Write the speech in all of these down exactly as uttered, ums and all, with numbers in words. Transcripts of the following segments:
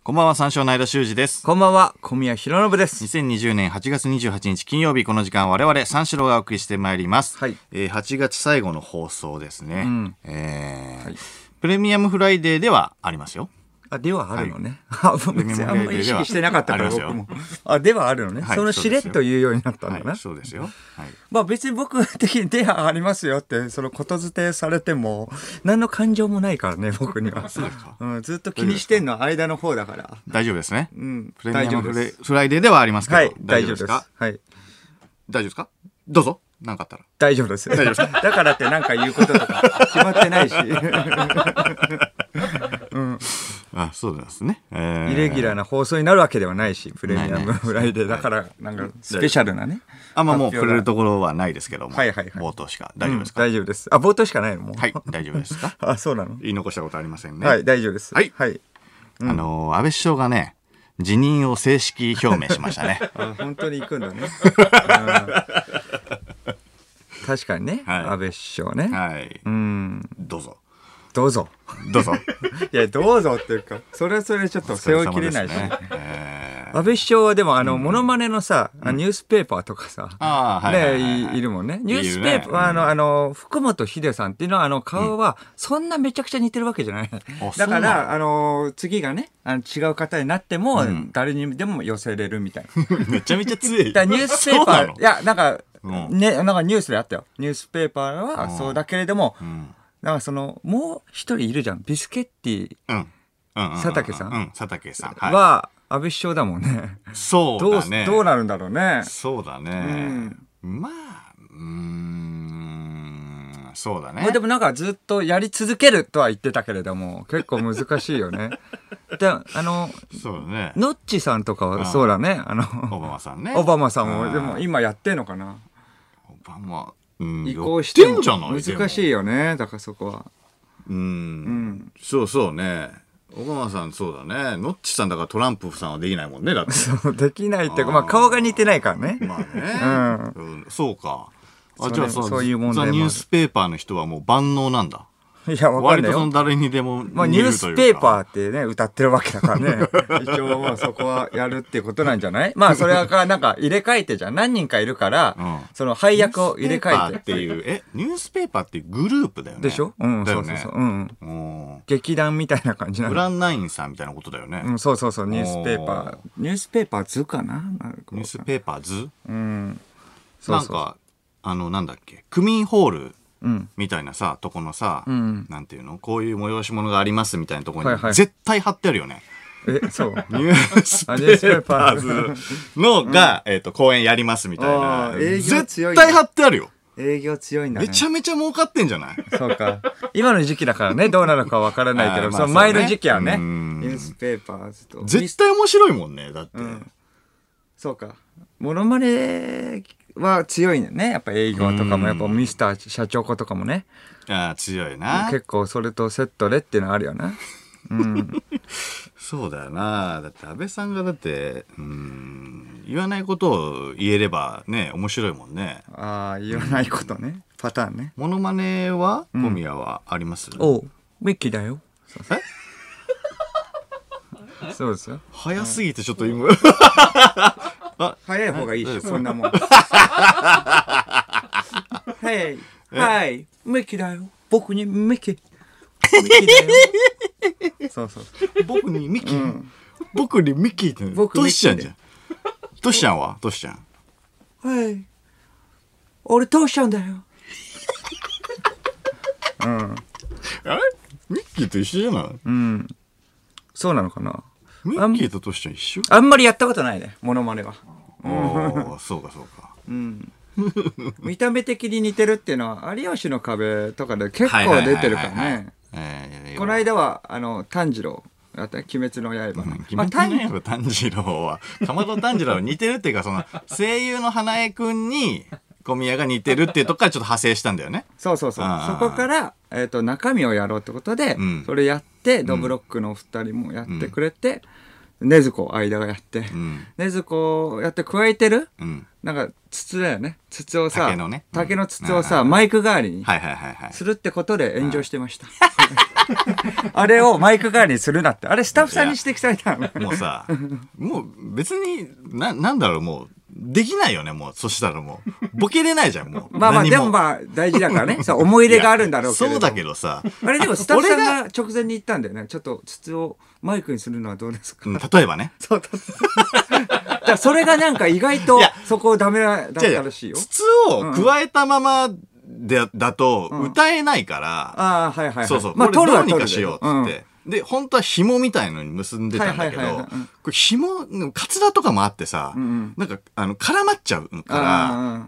こんばんは、三照の間修二です。 こんばんは、小宮浩信です。 にせんにじゅうねんはちがつにじゅうはちにち金曜日、この時間我々三四郎がお送りしてまいります。 はい、 えー、はちがつ最後の放送ですね。うん、えーはい、プレミアムフライデーではありますよ。 あ、ではあるのね。はい、別にあんまり意識してなかったから僕も。あ、ではあるのね。はい、そのしれっと言うようになったんだな。 はい、そうですよ。はい、 まあ別に僕的にではありますよってそのことづてされても何の感情もないからね、僕には。そうですか。うん、ずっと気にしてんのは間の方だから。 大丈夫ですね。 うん、 プレミアムフライデーではありますけど、はい、 大丈夫ですか。はい。 大丈夫ですか。どうぞ。なんかあったら。 大丈夫です。大丈夫です。だからって何か言うこととか決まってないし。 うん、あ、そうですね、えー、 イレギュラーな放送になるわけではないし、プレミアムフライデーだからなんかスペシャルなね。 あ、まあもう触れるところはないですけども、 はいはいはい、 冒頭しか。大丈夫ですか。 うん、大丈夫です。あ、冒頭しかないのもう。 はい、大丈夫ですか。 あ、そうなの。 言い残したことありませんね。 はい、大丈夫です。 はい、 はい、 うん、あの安倍首相がね、辞任を正式表明しましたね。 あ、本当に行くんだね。確かにね、はい、安倍首相ね。 はい。うん。どうぞ。 どうぞ。 どうぞ。 いや、どうぞっていうか、それはそれちょっと背負いきれないし。ね、えー、安倍首相はでも、あの、うん、モノマネのさ、ニュースペーパーとかさ、 うん、 ね、いるもんね。ニュースペーパー、ね、あの、あの、福本秀さんっていうのは、あの、顔は、そんなめちゃくちゃ似てるわけじゃない。うん、だから、あの、次がね、あの違う方になっても、うん、誰にでも寄せれるみたいな。 めちゃめちゃ強い。 だニュースペーパー、いや、なんか、うん、ね、なんかニュースであったよ。ニュースペーパーはそうだけれども、うん、なんかそのもう一人いるじゃん、ビスケッティ、うん、佐竹さん、 うん、佐竹さんは安倍首相だもんね。 そうだね。 どう、どうなるんだろうね。 そうだね。うん、まあ、うーん、そうだね。 まあでもなんかずっとやり続けるとは言ってたけれども、結構難しいよね。で、あの、 そうだね。 ノッチさんとかはそうだね。あの、 オバマさんね。 オバマさんも、でも今やってんのかな。 オバマ、うん、 移行しても難しいよね。だからそこは。 うん、うん、そうそうね。オバマさんそうだね。ノッチさんだからトランプさんはできないもんね。だって。 そう、できないっていうか、まあ顔が似てないからね。 まあね。うん、そうか。あ、じゃあさ、 そういう問題もある。 ザ・ニュースペーパーの人はもう万能なんだ。 いや、わかんないよ。割とその誰にでもまあ、ニュースペーパーってね、歌ってるわけだからね。一応、まあ、そこはやるっていうことなんじゃない？まあ、それはなんか入れ替えてじゃん。何人かいるから、うん、その配役を入れ替えて。 っていう、え、ニュースペーパーっていうグループだよね。 でしょ？うん、ね、そうそうそう。うん。うん、劇団みたいな感じなの。 ブランナインさんみたいなことだよね。 うん、そうそうそう、ニュースペーパー。ニュースペーパーズかな？ ニュースペーパーズ？ うん。 そうそう。なんか、あの、なんだっけ、区民ホール。うん、みたいなさとこのさ、うん、なんていうの、こういう催し物がありますみたいなところに絶対貼ってあるよね。 え、そう。 ニュースペーパーズのが、うん、えっと公演やりますみたいな。 営業強い。 絶対貼ってあるよ。 営業強いんだね。 めちゃめちゃ儲かってんじゃない？ そうか。今の時期だからね、どうなるかわからないけど、その前の時期はね、ニュースペーパーズと。 絶対面白いもんね、だって。うん、 そうか。モノマネは強いね。やっぱ営業とかも、やっぱミスター社長子とかもね。 ああ、強いな。 結構それとセットでっていうのあるよな。うん。 そうだよな。だって安倍さんがだって、うん、言わないことを言えればね、面白いもんね。 ああ、言わないことね。うん、パターンね。 モノマネは小宮はあります？ うん、おう、ミッキーだよ。 えそうですよ。 早すぎてちょっと今。 あ、早い方がいいし、そんなもん。はい、はい、ミキだよ。僕にミキ。ミキだよ。そうそう。 僕にミキ、うん、僕にミキって。僕トシちゃんじゃん。トシちゃんはトシちゃん。 はい。俺トシちゃんだよ。うん。 あれ？ミッキーと一緒じゃない？ うん。そうなのかな。 ミッキーとトシちゃん一緒？ あんまりやったことないね、モノマネは。 ああ、そうかそうか。 うん。見た目的に似てるっていうのは有吉の壁とかで結構出てるからね。この間はあの炭治郎だった、鬼滅の刃の。 鬼滅の刃炭治郎はかまど炭治郎は似てるっていうか、その声優の花江くんに小宮が似てるっていうとこからちょっと派生したんだよね。 そうそうそう。そこからえっと中身をやろうってことでそれやってドブロックのお二人もやってくれて。ねずこ間がやって、うん、ねずこやって加えてる、うん、なんか筒だよね、筒をさ、竹のね、竹の筒をさ、マイク代わりにするってことで炎上してました。 あれをマイク代わりにするなって。あれスタッフさんに指摘されたの。 もうさ、もう別に、な、なんだろう、もう、できないよね、もう。そしたらもう。ボケれないじゃん、もう。 まあまあ、でもまあ、大事だからね。そう、思い入れがあるんだろうけど。 そうだけどさ。 あれでもスタッフさんが直前に言ったんだよね。ちょっと筒をマイクにするのはどうですか、 うん、例えばね。 そう、だからそれがなんか意外とそこダメだったらしいよ。 筒を加えたままで、だと歌えないから。 ああ、はいはい。 そうそう。まあ、これどうにかしようっつって。で、本当は紐みたいのに結んでたんだけど、これ紐、カツラとかもあってさ、うん、なんか、あの、絡まっちゃうから、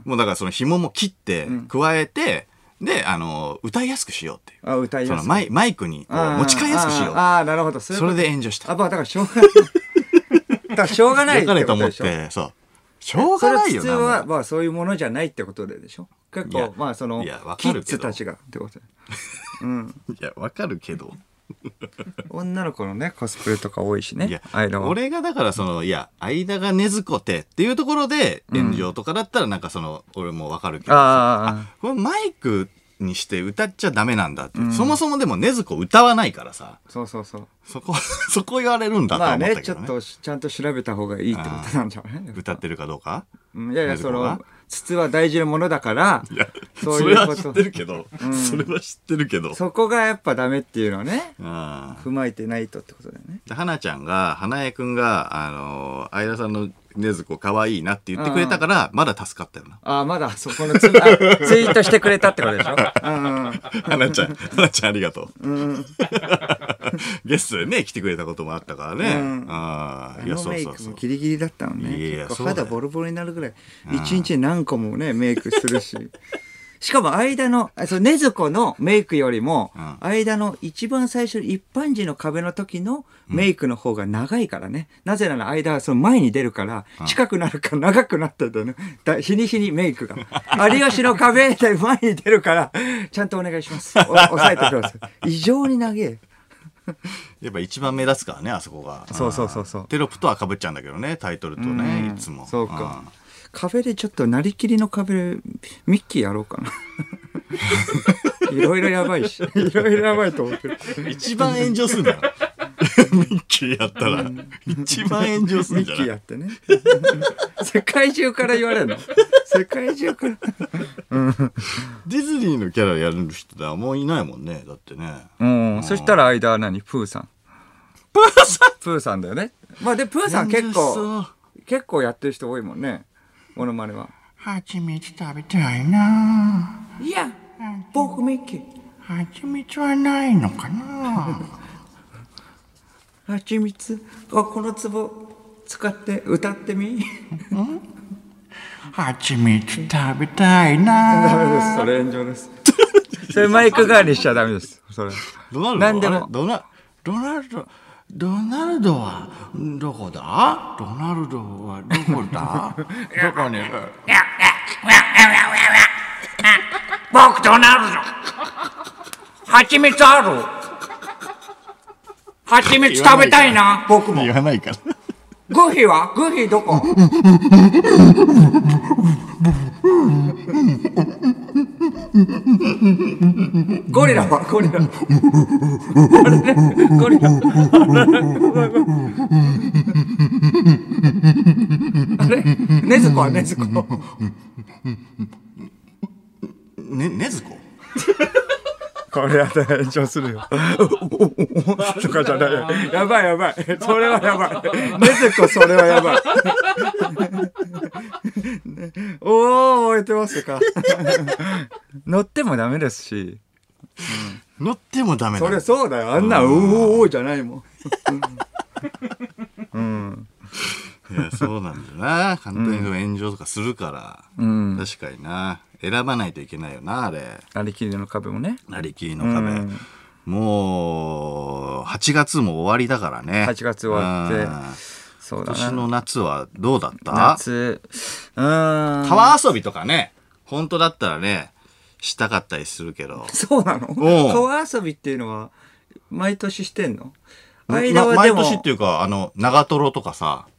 もうだからその紐も切って、加えて、うん、で、あの、歌いやすくしようっていう。 あ、歌いやすく。 そのマイマイクにこう持ち替えやすくしよう。 ああ、なるほど。 それで炎上した。 あ、まあ、だからしょうがない。だからしょうがないってことでしょ。 と思って、そう。しょうがないよな。 普通は、まあそういうものじゃないってことででしょ。結構、まあその、キッズたちがってことで。 うん。いや、わかるけど。 女の子のねコスプレとか多いしね。いや俺がだからそのいや間がねずこてっていうところで炎上とかだったらなんかその、うん、俺もわかるけどあこれマイクにして歌っちゃダメなんだって、うん、そもそもでもねずこ歌わないからさそうそうそうそこそこ言われるんだと思ったけどね。 まあねちょっとちゃんと調べた方がいいってことなんじゃない歌ってるかどうか。 いやいやその筒は大事なものだからいやそういうことそれは知ってるけど、うん、それは知ってるけどそこがやっぱダメっていうのをね踏まえてないとってことだよね。 で花ちゃんが花江くんがあの相田さんのねずこ可愛いなって言ってくれたからまだ助かったよな。 ああまだそこのツ, ツイートしてくれたってことでしょ。 花ちゃん花ちゃんありがとう、うん、ゲストでね来てくれたこともあったからね、うん、 ああいやそうそうそうギリギリだったのね。いや結構肌ボロボロになるぐらい一日何個もねメイクするししかも間のそねずこのメイクよりも、うん、間の一番最初一般人の壁の時のメイクの方が長いからね、うん、なぜなら間はその前に出るから近くなるから長くなってるね、うん、日に日にメイクが有吉の壁で前に出るからちゃんとお願いしますお押さえてください異常に長いやっぱ一番目立つからねあそこが。 そうそうそうそうテロップとは被っちゃうんだけどねタイトルとねいつも。 そうか壁でちょっとなりきりの壁ミッキーやろうかないろいろやばいしいろいろやばいと思ってる。 一番炎上するんだよミッキーやったら、うん、一番炎上するんじゃない。 ミッキーやってね世界中から言われるの世界中からディズニーのキャラやる人ってあんまいないもんねだってね。 うん、うん、そしたら間は何プーさんプーさんプーさんだよね。まあでプーさん結構結構やってる人多いもんねモノマネは。 はちみつ食べたいな。 いや僕ミッキーはちみつはないのかなはちみつこの壺使って歌ってみはちみつ食べたいな。 ダメですそれ炎上ですそれマイク代わりしちゃダメです。それドナルド何でもドナドナルドドナルドはどこだ？ドナルドはどこだ？どこにいる？ 僕ドナルド。ハチミツある？ハチミツ食べたいな。僕も。 言わないから。 グフィは？グフィどこ？ゴリラはゴリラあれねゴリラあれねずこはねずこねねずここれは炎上するよとかじゃないやばいやばいそれはやばいねずこそれはやばいおお燃えてますか乗ってもダメですし、 うん、乗ってもダメだそれそうだよあんなうおーじゃないもんうんいやそうなんだよな簡単に炎上とかするから、うん、確かにな選ばないといけないよなあれなりきりの壁もねなりきりの壁、うん、もうはちがつも終わりだからねはちがつ終わってそうだ今年の夏はどうだった？ 夏うーん川遊びとかね本当だったらねしたかったりするけどそうなの？川遊びっていうのは毎年してんの？間はでも毎年っていうかあの長瀞とかさ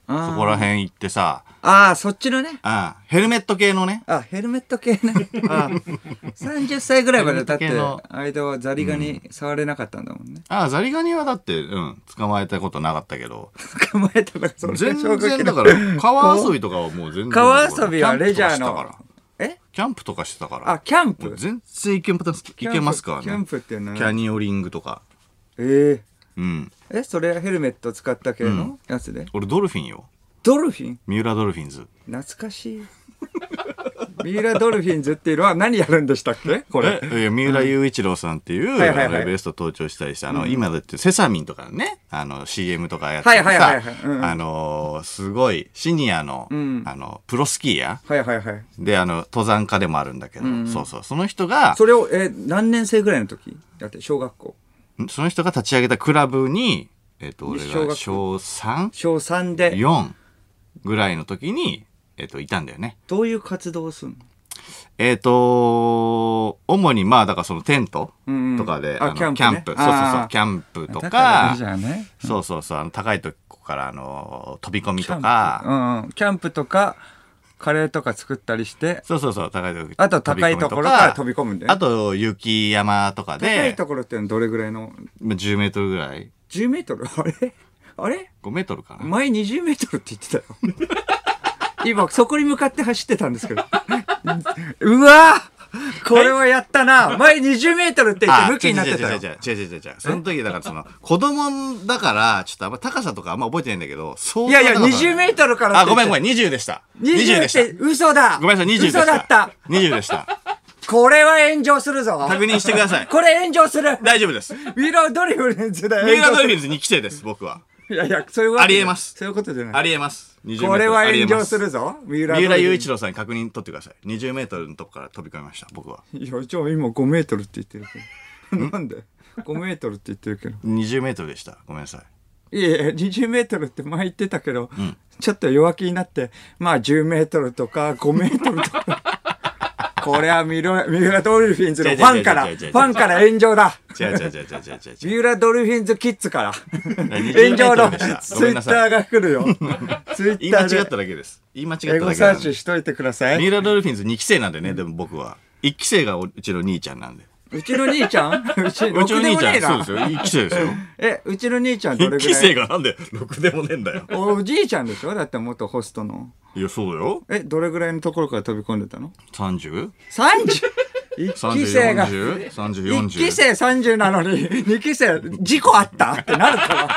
そこら辺行ってさ。 ああ、そっちのね。 ああ、ヘルメット系のね。 あ、ヘルメット系ね。ああ、さんじゅっさいぐらいまでだって、間はザリガニ触れなかったんだもんね。 うん、ああ、ザリガニはだって、うん、捕まえたことなかったけど。 捕まえたのか、それ全然だから、川遊びとかはもう全然。 川遊びはレジャーの。 えキャンプとかしてたから。 あ、キャンプ全然行けます、行けますからね。 キャンプっていうのはキャニオリングとか。 ええうん。 え、それヘルメット使った系のやつで、 俺ドルフィンよ。 ドルフィン三浦ドルフィンズ。 懐かしい。三浦ドルフィンズっていうのは何やるんでしたっけこれ。 いや三浦雄一郎さんっていう、エベレスト登頂したりして、あの、今だってセサミンとかね、あの、シーエム とかやってさ、あの、すごい、シニアの、あの、プロスキーヤー。 はいはいはい。 で、あの、登山家でもあるんだけど、そうそう、その人が、 それを、え、何年生ぐらいの時だって、小学校。 その人が立ち上げたクラブに、えっと、俺が小 さん? 小さんで。 よんぐらいの時に、えっと、いたんだよね。 どういう活動をするの？ えっと、主にまあ、だからそのテントとかで、 あ、キャンプ。 キャンプ。そうそうそう、キャンプとか、そうそうそう、あの高いとこからあの、飛び込みとか、 うん、キャンプとか、カレーとか作ったりして、 そうそうそう、高いところ。 あと高いところから飛び込むんで。 あと、雪山とかで。 高いところってどれぐらいの？ じゅうメートルぐらい。 じゅうメートル？あれあれ ? ご メートルかな。 前にじゅうメートルって言ってたよ。今、そこに向かって走ってたんですけど。うわぁこれはやったな。前にじゅうメートルって言って向きになってたよ。 違う違う違う違う違う違う。その時だからその、子供だから、ちょっとあんま高さとかあんま覚えてないんだけど、そういやいや、にじゅうメートルからあ、ごめんごめん、にじゅうでした。 にじゅうって嘘だ。 ごめんなさい、にじゅうでした。 嘘だった。 にじゅうでした。 これは炎上するぞ。 確認してください。 これ炎上する。 大丈夫です。 ミラードリフルズだよ。 ミラードリフルズに期生です、僕は。 いやいや、そういうことありえます。 そういうことじゃない。 ありえます。 これは炎上するぞ。 三浦雄一郎さんに確認取ってください。にじゅうメートルのとこから飛び込みました、僕は。 いや、じゃあ今ごメートルって言ってるけど。なんで ?ご メートルって言ってるけど。 にじゅうメートルでした。ごめんなさい。いやいや、にじゅうメートルって前言ってたけど、うん、ちょっと弱気になって、まあじゅうメートルとかごメートルとか。これはミラ、ミラドルフィンズのファンから、ファンから炎上だ。 違う違う違う違う違う違う。 ミラドルフィンズキッズから。炎上のツイッターが来るよ。ツイッターで。 言い間違っただけです。言い間違っただけ。 エゴサーチしといてください。 ミラドルフィンズに期生なんでね、でも僕は。いち期生がうちの兄ちゃんなんで。 うちの兄ちゃんうちの兄ちゃん、そうですよ。いち期生ですよ。 え、うちの兄ちゃんどれぐらい？ いち期生がなんでろくでもねえんだよ。 おじいちゃんでしょだって元ホストの。 いや、そうだよ。 え、どれぐらいのところから飛び込んでたの？ さんじゅう？ さんじゅう？一期生が、 さんじゅう、よんじゅう。 一期生さんじゅうなのに、二期生、事故あったってなるから。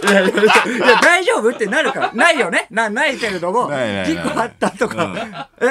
いやいやいや、いや大丈夫ってなるから。ないよねな、ないけれども、事故あったとか。 うん、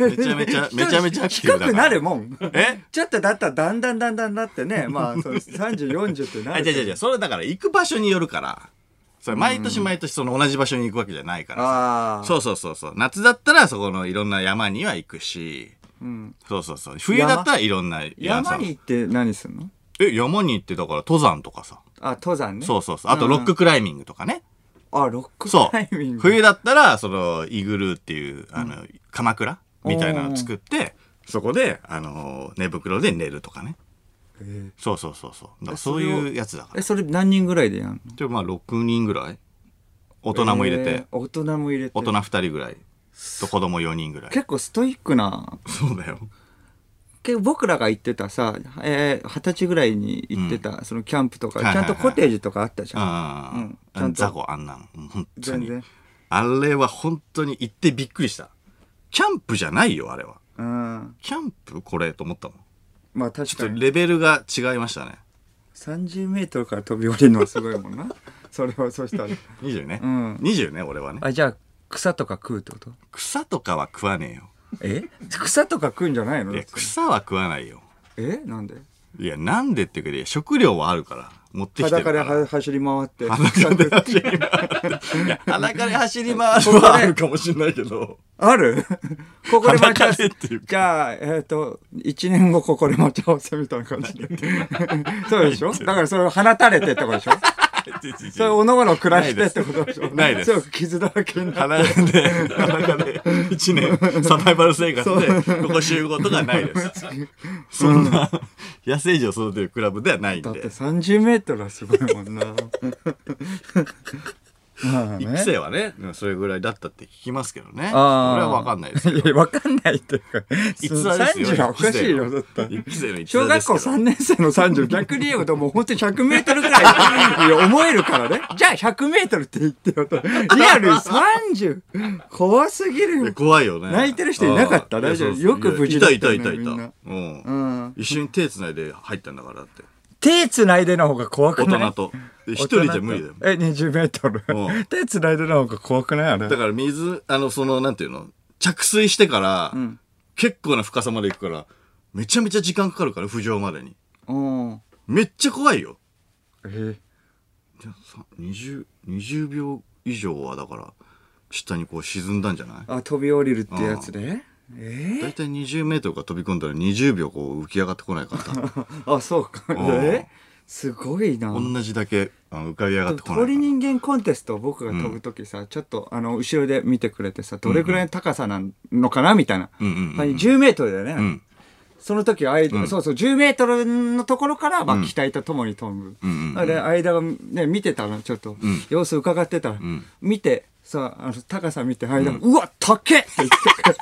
めちゃめちゃ、めちゃめちゃ低くなるもん。 えちょっとだったらだんだんだんだんなってね、まあ、さんじゅう、よんじゅうってなる。 いやいやいや、それだから行く場所によるから。それ毎年毎年その同じ場所に行くわけじゃないからさ。そうそうそうそう。夏だったらそこのいろんな山には行くし。うん、そうそうそう。冬だったらいろんな山に行って何するの？ え、山に行ってだから登山とかさ。 あ、登山ね。 そうそうそう。あとロッククライミングとかね。 うん、あ、ロッククライミング。 そう。冬だったら、その、イグルーっていう、あの、うん、鎌倉みたいなのを作って、そこで、あの、寝袋で寝るとかね。えー、そうそうそうそう。だからそういうやつだから。 え、それ何人ぐらいでやんの？ じゃあまあろくにんぐらい大人も入れて。 えー、大人も入れて。 大人ふたりぐらい。と子供よにんぐらい。 結構ストイックな。 そうだよ。 結構僕らが行ってたさ、えー、はたちぐらいに行ってた、うん、そのキャンプとか、ちゃんとコテージとかあったじゃん。 ああ、うん、ちゃんと。ザコあんなの。本当に。あれは本当に行ってびっくりした。キャンプじゃないよ、あれは。うん、キャンプこれと思ったもん。 まあ確かに。 ちょっとレベルが違いましたね。 さんじゅうメートルから飛び降りるのはすごいもんな。それはそうしたら。 にじゅうね。うん。にじゅうね、俺はね。 あ、じゃあ草とか食うってこと？ 草とかは食わねえよ。 え？草とか食うんじゃないの？ いや、草は食わないよ。 え？なんで？ いや、なんでっていうか、食料はあるから。持ってきてるから。 裸で走り回って。 裸で走り回って。いや、裸で走り回るはあるかもしれないけど。 あるここで待ち合わせ。じゃあ、えっと、一年後ここで待ち合わせみたいな感じで。そうでしょ？だからそれを放たれてってことでしょ？それおのおの暮らしてってことでしょ？ ないです。 そう、傷だらけになって。裸で、裸で、一年サバイバル生活で、ここ集合とかないです。そんな、野生児を育てるクラブではないんで。 だってさんじゅうメートルはすごいもんな。 一期生はねそれぐらいだったって聞きますけどね。俺は分かんないですけど。 いや分かんないっていうか逸話ですよ。 さんじゅうはおかしいよだった一期生の逸話ですけど。 小学校さんねん生のさんじゅう逆に言うともう本当にひゃくメートルぐらい思えるからね。じゃあひゃくメートルって言ってよと。リアルにさんじゅう怖すぎるよ。 怖いよね。 泣いてる人いなかった？大丈夫？よく無事だったよね。 いたいたいたいた。うん。一緒に手つないで入ったんだからって。 手つないでの方が怖くない？ 大人と。一人じゃ無理だよ。 え、にじゅうメートル。手つないでの方が怖くないあれ。 だから水、あの、その、なんていうの着水してから、うん、結構な深さまで行くから、めちゃめちゃ時間かかるから、浮上までに。めっちゃ怖いよ。えー、じゃあ、にじゅう、にじゅうびょう以上は、だから、下にこう沈んだんじゃない？ あ、飛び降りるってやつで？ えー、だいたいにじゅうメートルから飛び込んだらにじゅうびょうこう浮き上がってこないから。 あ、そうか。えすごいな。 同じだけあの浮かび上がってこない。 鳥人間コンテスト僕が飛ぶときさ、うん、ちょっとあの後ろで見てくれてさ、どれぐらいの高さなのかなみたいな。じゅうメートルだよね。うん、その時間、うん、そうそうじゅうメートルのところから、まあ、機体とともに飛ぶ。で間がね見てたのちょっと、うん、様子伺ってたら、うん、見て。さあ、あの高さ見て間、うん、うわ高っって言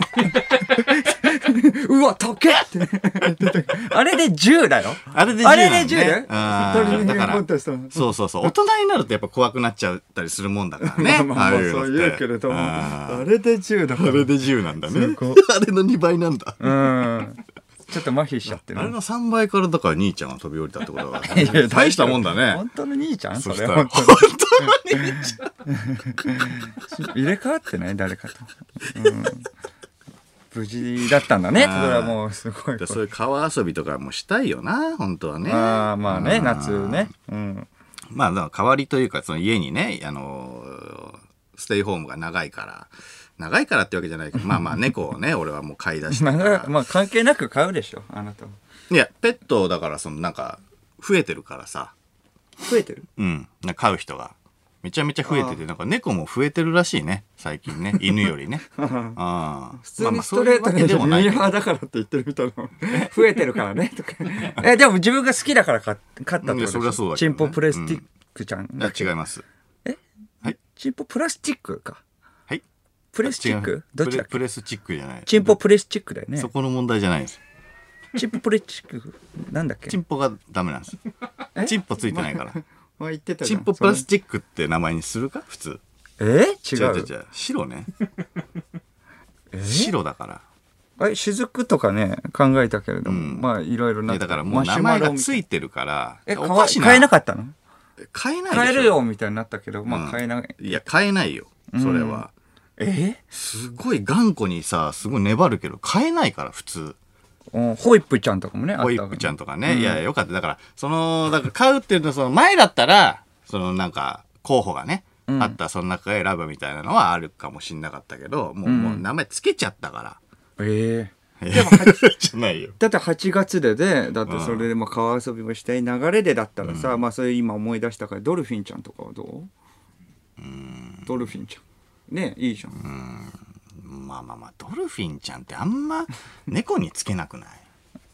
ってうわ高っってあれでじゅうだよ。 あれでじゅう、ね、あれでじゅうだよ。 だからそうそうそう大人になるとやっぱ怖くなっちゃったりするもんだからね。 まあまあそう言うけれどもあれでじゅうだから。 あれでじゅうなんだね。あれのにばいなんだ。 うんちょっと麻痺しちゃってる。 あれのさんばいからだから兄ちゃんが飛び降りたってことだから、ね、大したもんだね。 本当の兄ちゃんそれ本当の兄ちゃん入れ替わってない誰かと、うん、無事だったんだね。それはもうすごい。 そういう川遊びとかもしたいよな本当はね。 ああまあね夏ね、うん、 まあだから代わりというかその家にねあのステイホームが長いから長いからってわけじゃないけどまあまあ猫をね俺はもう飼い出してからまあ関係なく飼うでしょあなたは。 いやペットだからそのなんか増えてるからさ。 増えてる？ うん飼う人がめちゃめちゃ増えててなんか猫も増えてるらしいね最近ね犬よりね。 あ普通にストレートにミーハーだからって言ってるみたいな増えてるからねとかえでも自分が好きだから飼ったってことでしょ。 そりゃそうだけどね。 チンポプラスティックちゃん、 うん、いや違います。 えはいチンポプラスチックか。 はいプレスチックどっちだっけ？ プレスチックじゃない。 チンポプレスチックだよね。 そこの問題じゃないです。 チンポプレスチックなんだっけ？ チンポがダメなんです。チンポついてないから。 まあ、言ってたじゃん。 チンポプラスチックって名前にするか普通。 えー、違う。 違う違う白ね。えー、白だから。 あれ雫とかね考えたけれども、うん、まあいろいろな。 だからもう名前がついてるから。 えおかしな買えなかったの？ 買えないでしょ。 買えるよみたいになったけど、まあ買えない。 うん、いや買えないよそれは。 うん、えすごい頑固にさすごい粘るけど買えないから普通。 ホイップちゃんとかもねホイップちゃんとかね、うん、いやよかった。だからそのだから買うっていうのはその前だったらそのなんか候補がね、うん、あったその中で選ぶみたいなのはあるかもしんなかったけどもう、うん、もう名前つけちゃったからええー、 でもじゃないよ。 だってはちがつででだってそれでも川遊びもしたい流れでだったらさ、うん、まあそれ今思い出したからドルフィンちゃんとかはどう？うんドルフィンちゃんねいいじゃん。 うんまあまあまあドルフィンちゃんってあんま猫につけなくない？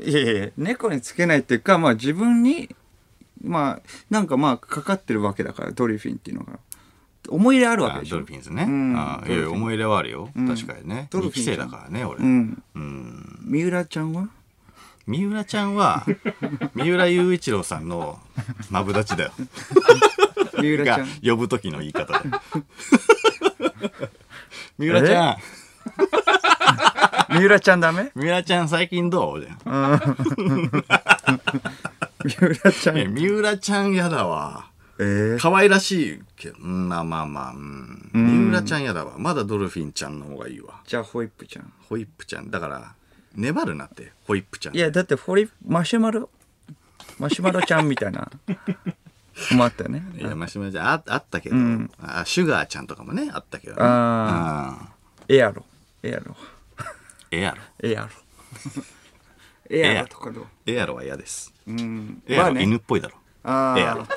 いやいや猫につけないっていうかまあ自分にまあなんかまあかかってるわけだからドルフィンっていうのが思い入れあるわけでしょ。 ドルフィンズね、うん、あいや思い入れはあるよ、うん、確かにね。ドルフィン期生だからね俺、うんうん、三浦ちゃんは三浦ちゃんは三浦雄一郎さんのマブダチだよ三浦ちゃん呼ぶ時の言い方で三浦ちゃん三浦ちゃんダメ？ 三浦ちゃん最近どう？ 三浦ちゃん三浦ちゃんやだわ。 えー、 可愛らしいけどまあまあまあ、うん、三浦ちゃんやだわ。まだドルフィンちゃんの方がいいわ。 じゃあホイップちゃんホイップちゃんだから粘るなってホイップちゃん。 いやだってホイマシュマロマシュマロちゃんみたいなもあったよね。 いやマシュマロちゃん あ, あったけど、うん、あシュガーちゃんとかもねあったけどね。 ああエアロエアロエアロエアロエアロとかどう？ エアロは嫌です。 うん、 エアロ、まあね、犬っぽいだろ。 あエアロって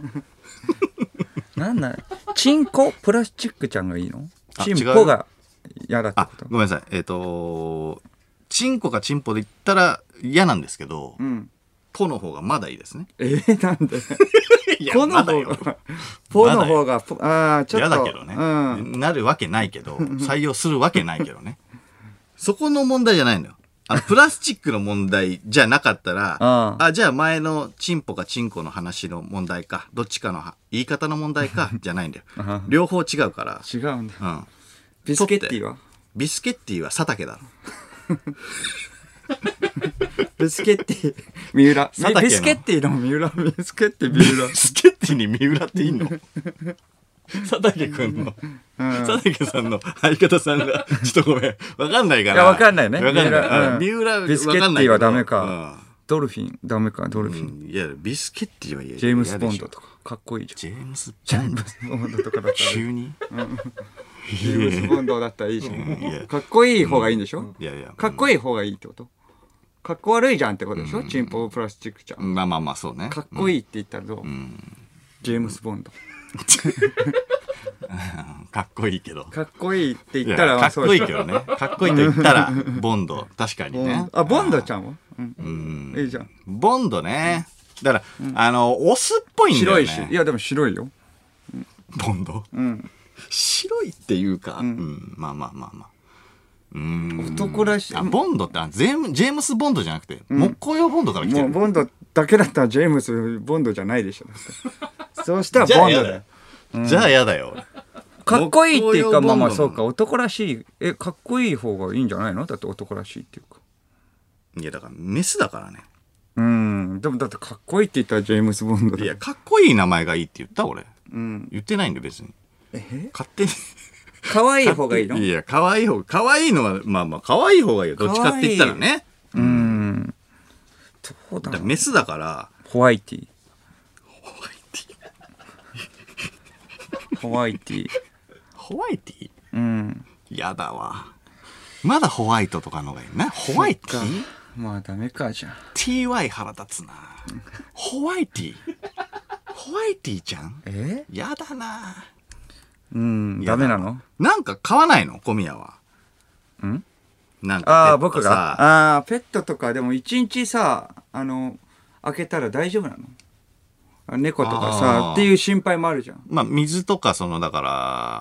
なんだチンコプラスチックちゃんがいいの？チンポが嫌だってこと？ あごめんなさいえっ、ー、とチンコかチンポで言ったら嫌なんですけど、うん、 ポの方がまだいいですね。 えー、なんでポの方が、ポの方が、ああ、ちょっと。 嫌だけどね、うん。なるわけないけど、採用するわけないけどね。そこの問題じゃないのよ。あの、プラスチックの問題じゃなかったら、ああ、じゃあ前のチンポかチンコの話の問題か、どっちかの言い方の問題か、じゃないんだよ。両方違うから。 違うんだ。うん。ビスケッティはビスケッティは佐竹だろ。 ビスケッティ、三浦。ビスケッティの三浦。ビスケッティ、三浦。 ビスケッティに三浦っていいの？佐竹くんの、うん、佐竹さんの相方さんが、ちょっとごめん、わかんないから。 いや、わかんないね。 わかんない。三浦、 ビスケッティはダメか。ドルフィン、ダメか、ドルフィン。 いや、ビスケッティはいや。 ジェームス・ボンドとか、かっこいいじゃん。ジェームス・ボンドとかだったら。 急にジェームス・ボンドだったらいいじゃん。かっこいい方がいいんでしょ？いやいや。かっこいい方がいいってこと？かっこ悪いじゃんってことでしょ？チンポプラスチックちゃん。 まあまあまあ、そうね。 かっこいいって言ったらどう？ジェームス・ボンド。 かっこいいけど。 かっこいいって言ったらかっこいいけどね。かっこいいと言ったらボンド。確かにね。 あ、ボンドちゃんは？ うん。 いいじゃん。 ボンドね。だから、あの、オスっぽいんだよね。 白いし。いや、でも白いよ。 ボンド？ うん。 白いっていうか、うん。まあまあまあまあ。うん。 男らしい。 あ、ボンドってジェームス・ボンドじゃなくて、木工用ボンドから来てる。 もうボンドだけだったらジェームス・ボンドじゃないでしょ。そうしたらボンドだよ。 じゃあやだよ。 かっこいいっていうか、まあまあそうか、男らしい。え、かっこいい方がいいんじゃないの？だって男らしいっていうか。 いや、だからメスだからね。 うん。でもだってかっこいいって言ったらジェームス・ボンドだ。 いや、かっこいい名前がいいって言った俺。うん。言ってないんで別に。 え？ 勝手に。 可愛い方がいいの？ いや、可愛い方、可愛いのは、まあまあ、可愛い方がいいよ。どっちかって言ったらね。 うん。どうだろう。 メスだから。 ホワイティ。 ホワイティ。ホワイティ。 ホワイティ？ うん。 やだわ。まだホワイトとかの方がいいな。ホワイティ？ まあダメかじゃん。 ティーワイ 腹立つな。ホワイティ？ホワイティちゃん？ え？ やだな。 うん、ダメなの？ なんか買わないの？小宮は。 ん？ なんかああ、僕が。ああ、ペットとかでも一日さ、あの、開けたら大丈夫なの？猫とかさ、っていう心配もあるじゃん。 まあ、水とか、その、だから、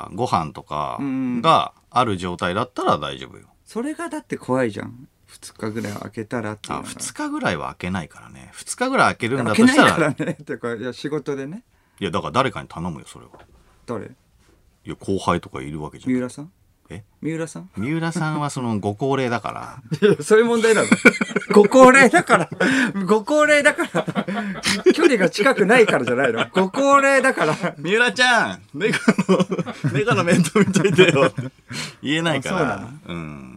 ご飯とかがある状態だったら大丈夫よ。 それがだって怖いじゃん。ふつかぐらい開けたらっていうのが。 あ、ふつかぐらいは開けないからね。ふつかぐらい開けるんだとしたら。 開けないからね。ってか、いや、仕事でね。 いや、だから誰かに頼むよ、それは。 誰？ いや、後輩とかいるわけじゃん。 三浦さん？ え？ 三浦さん？ 三浦さんはそのご高齢だから。 いや、そういう問題なの。ご高齢だから。ご高齢だから。距離が近くないからじゃないの。ご高齢だから。 三浦ちゃん、猫の、猫の面倒見といてよ。言えないから。そうなの？うん。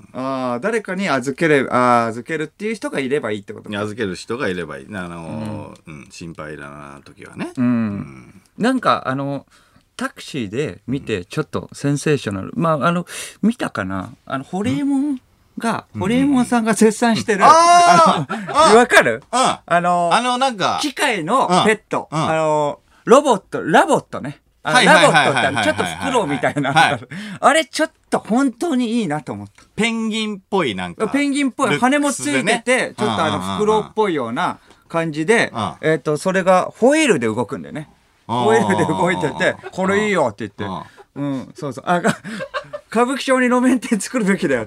ああ、誰かに預ける、ああ、預けるっていう人がいればいいってことか。 預ける人がいればいい。あの、うん、うん、心配だな時はね。 うん。うん、なんか、あの、タクシーで見てちょっとセンセーショナル、うん、まああの見たかな、あのホリエモンが、うん、ホリエモンさんが絶賛してる、うん、ああわかる、うん、あのあのなんか機械のペット、うん、あのロボットラボットね、あのラボットってちょっとフクロウみたいな、はい、あれちょっと本当にいいなと思った。 ペンギンっぽいなんかペンギンっぽい羽もついてて、ね、ちょっとあのフクロウっぽいような感じで、えっとそれがホイールで動くんだよね。ホイールで動いてて、これいいよって言って。うん、そうそう。あ、歌舞伎町に路面店作るべきだよって。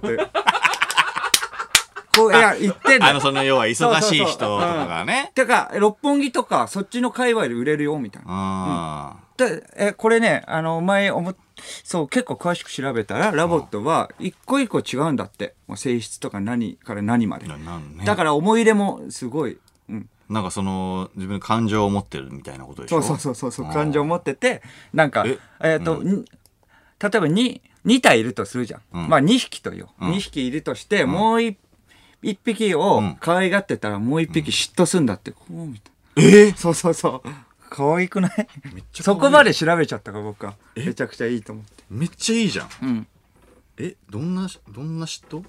こう、いや、言ってんだよ。 あの、その要は忙しい人とかがね。 てか、六本木とか、そっちの界隈で売れるよ、みたいな。うん、で、え、これね、あの、前思っ、そう、結構詳しく調べたら、ラボットは一個一個違うんだって。性質とか何から何まで。だから思い入れもすごい。うん。 なんかその自分の感情を持ってるみたいなことでしょ。 そうそうそうそう、感情を持ってて、なんかえっ、ー、と、うん、例えば 2, に体いるとするじゃん、うん、まあにひきとよ、うん、にひきいるとして、うん、もう 1, いっぴきを可愛がってたらもういっぴき嫉妬するんだって、こうみたいな。えー、そうそうそう、可愛くない？めっちゃそこまで調べちゃったから僕はめちゃくちゃいいと思って。 めっちゃいいじゃん。 うん。 え、どんなどんな嫉妬？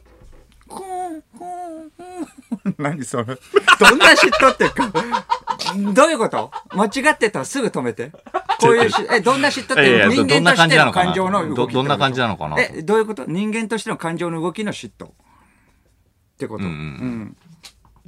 何それ、どんな嫉妬っていうかどういうこと？間違ってたらすぐ止めて。こういうしえどんな嫉妬って人間としての感情の動き。 どんな感じなのかな。 えどういうこと？人間としての感情の動きの嫉妬ってこと。うん、うん、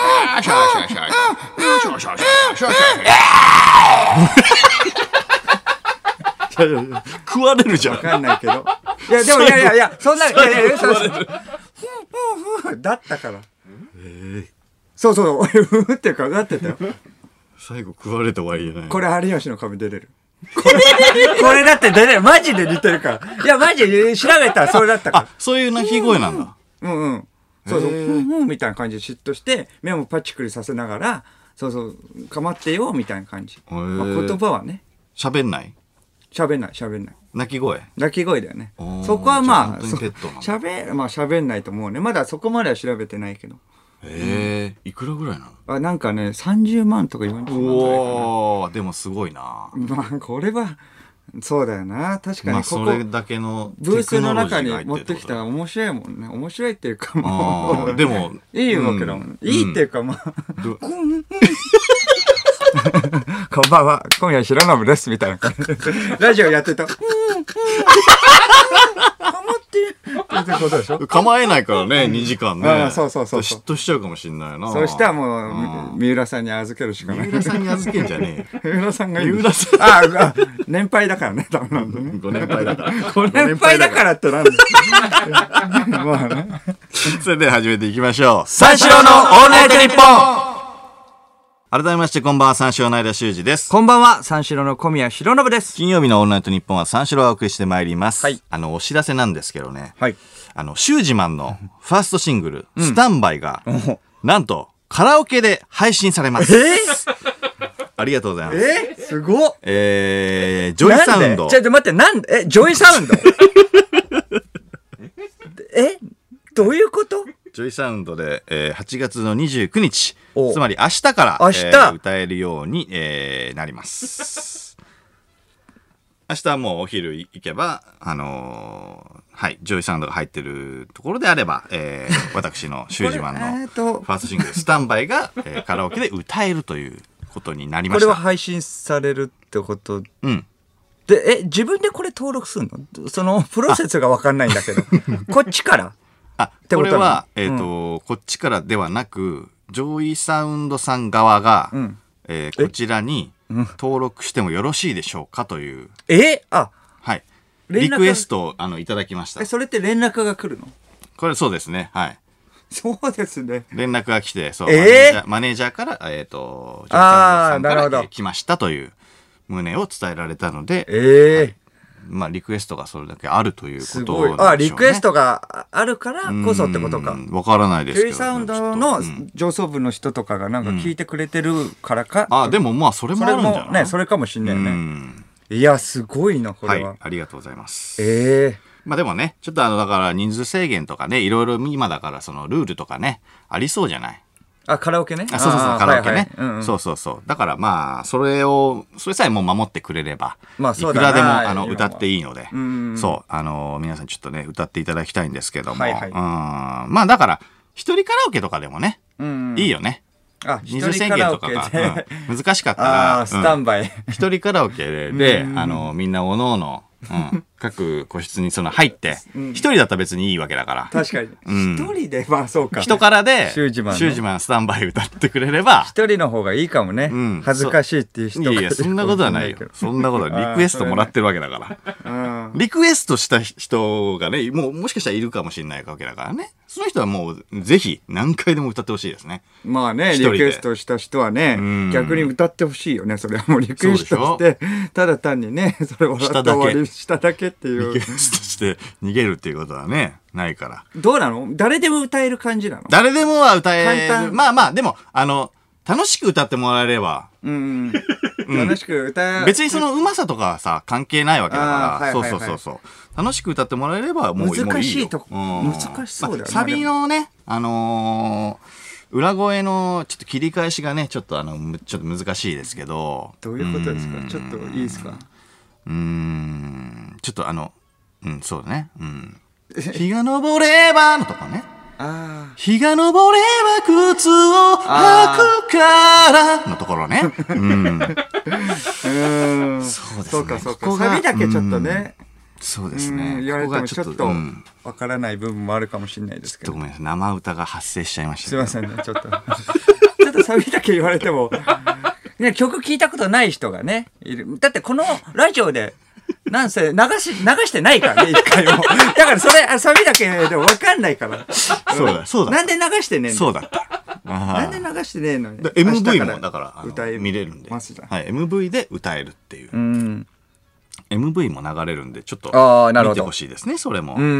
シャーシャーシャーシャーシャーシャーシャーシャーシャーシャー食われるじゃん。 わかんないけど。いやでもいやいやいやそんないやいやいやそうそうだったから。そうそうふふっていうかなってたよ。 最後食われて終わりじゃない。 これ有吉の壁出れる。これこれだって出れる。マジで似てるから。いやマジで調べたらそれだったから。 あ、そういう鳴き声なんだ。 うんうん。そうそう、ふんふんみたいな感じで嫉妬して、目もパチクリさせながら、そうそう、かまってよみたいな感じ。まあ、言葉はね。 喋んない喋んない、喋んない。 鳴き声鳴き声だよね。そこはまあ、 喋、 まあ喋んないと思うね。まだそこまでは調べてないけど。 へえ、いくらぐらいなの？ あ、なんかね、さんじゅうまんとかよんじゅうまんぐらいかな。 おー、でもすごいな。 まあ、これは、そうだよな。確かにここ、それだけのブースの中に持ってきたら面白いもんね。面白いっていうかもう。 でも、 いいわけだもん。いいっていうかまあ。こんばんは。今夜白信です。みたいな感じで。ラジオやってた。かまってってことでしょ。 構えないからね、にじかんね。 ああ、そうそうそう。 嫉妬しちゃうかもしんないな。 そしたらもう、三浦さんに預けるしかない。 三浦さんに預けんじゃねえ。 三浦さんがいい。 三浦さん。 ああ、年配だからね、ダメなんだね。 ご年配だから。 ご年配だからってなんだ。まあね。 それでは始めていきましょう。 三四郎のオールナイトニッポン。 改めましてこんばんは、三四郎の間修二です。 こんばんは、三四郎の小宮浩信です。 金曜日のオールナイトニッポンは三四郎をお送りしてまいります。 はい。 あの、お知らせなんですけどね。 はい。 あの、シュージマンのファーストシングル、うん、スタンバイが、なんと、カラオケで配信されます。 えー、 ありがとうございます。 えー、すごっ。 えー、ジョイサウンド。 ちょっと待って、なんで、え、ジョイサウンドえどういうこと？ ジョイサウンドで、えー、はちがつのにじゅうくにち、つまり明日から、 明日、 えー、歌えるように、えー、なります。明日はもうお昼行けば、あのー、はい、ジョイサウンドが入ってるところであれば、えー、私のシュージマンのファーストシングル、スタンバイが、えー、カラオケで歌えるということになりました。 これは配信されるってこと？ うん。 で、え、自分でこれ登録するの？そのプロセスが分かんないんだけど。こっちからあ、これは、えっと、うん、こっちからではなく、ジョイサウンドさん側が、うん、えー、こちらに登録してもよろしいでしょうかという。 えあ、 はい。リクエストをあのいただきました。 え、それって連絡が来るの？ これそうですね。はい。 そうですね。 連絡が来て、そう、 えー、 マネージャーから、えっと、ジョイサウンドさんから、えー、来ましたという旨を伝えられたので、 えーはい、 まあ、リクエストがそれだけあるということなんでしょうね。 あ、リクエストがあるからこそってことか。 わからないですけど。 ジョイサウンドの上層部の人とかがなんか聞いてくれてるからか。 うん、あ、でもまあ、それもあるんじゃない？ それもね、それかもしんないよね。いや、すごいな、これは。 はい、ありがとうございます。 ええー。 まあでもね、ちょっとあの、だから人数制限とかね、いろいろ今だからそのルールとかね、ありそうじゃない？ あ、カラオケね。 あ、そうそうそう、カラオケね、はいはいうんうん。そうそうそう。だからまあ、それを、それさえもう守ってくれれば、まあそうだな、いくらでもあの歌っていいので、うんうん、そう、あの、皆さんちょっとね、歌っていただきたいんですけども、はいはい、うんまあだから、一人カラオケとかでもね、うんうん、いいよね。 あ、 人数制限とかが、うん、難しかったら、 あスタンバイ。 一、うん、人カラオケで、あの、みんなおのおの、うん、各個室にその入って一、うん、人だったら別にいいわけだから確かに一、うん、人でまあそうか人からでシュージマンシュージマンスタンバイ歌ってくれれば一人の方がいいかもね、うん、恥ずかしいっていう人がいやいやそんなことはないよそんなことはリクエストもらってるわけだからリクエストした人がねもうもしかしたらいるかもしれないわけだからねその人はもうぜひ何回でも歌ってほしいですねまあねリクエストした人はね逆に歌ってほしいよねそれはもうリクエストしてただ単にねそれを笑って終わりしただけっていうリクエストして逃げるっていうことはねないからどうなの誰でも歌える感じなの誰でもは歌えるまあまあでもあの楽しく歌ってもらえればうん楽しく歌別にそのうまさとかさ関係ないわけだからそうそうそうそう楽しく歌ってもらえればもういいよ難しいとこ難しそうだよねサビのねあの裏声のちょっと切り返しがねちょっとあのちょっと難しいですけど。 どういうことですか？ちょっといいですか？ うーんちょっとあのうんそうだね。うん日が昇ればのとこね。あ日が昇れば靴を履くからのところね。うん。うんそうですね。そうかそうか。サビだけちょっとね。 そうですね。 言われてもちょっとわからない部分もあるかもしれないですけど。 ごめんなさい生歌が発生しちゃいました。 すいませんねちょっとちょっとサビだけ言われてもね曲聞いたことない人がねいる。だってこのラジオでなんせ流し流してないからね一回も。だからそれサビだけでもわかんないから。 そうだそうだ。 なんで流してねえの。 そうだった。 なんで流してねえのに。 エムブイ もだから歌え見れるんで。 はい エムブイ で歌えるっていう。うん。エムブイ も流れるんでちょっと見てほしいですねそれも。 うん。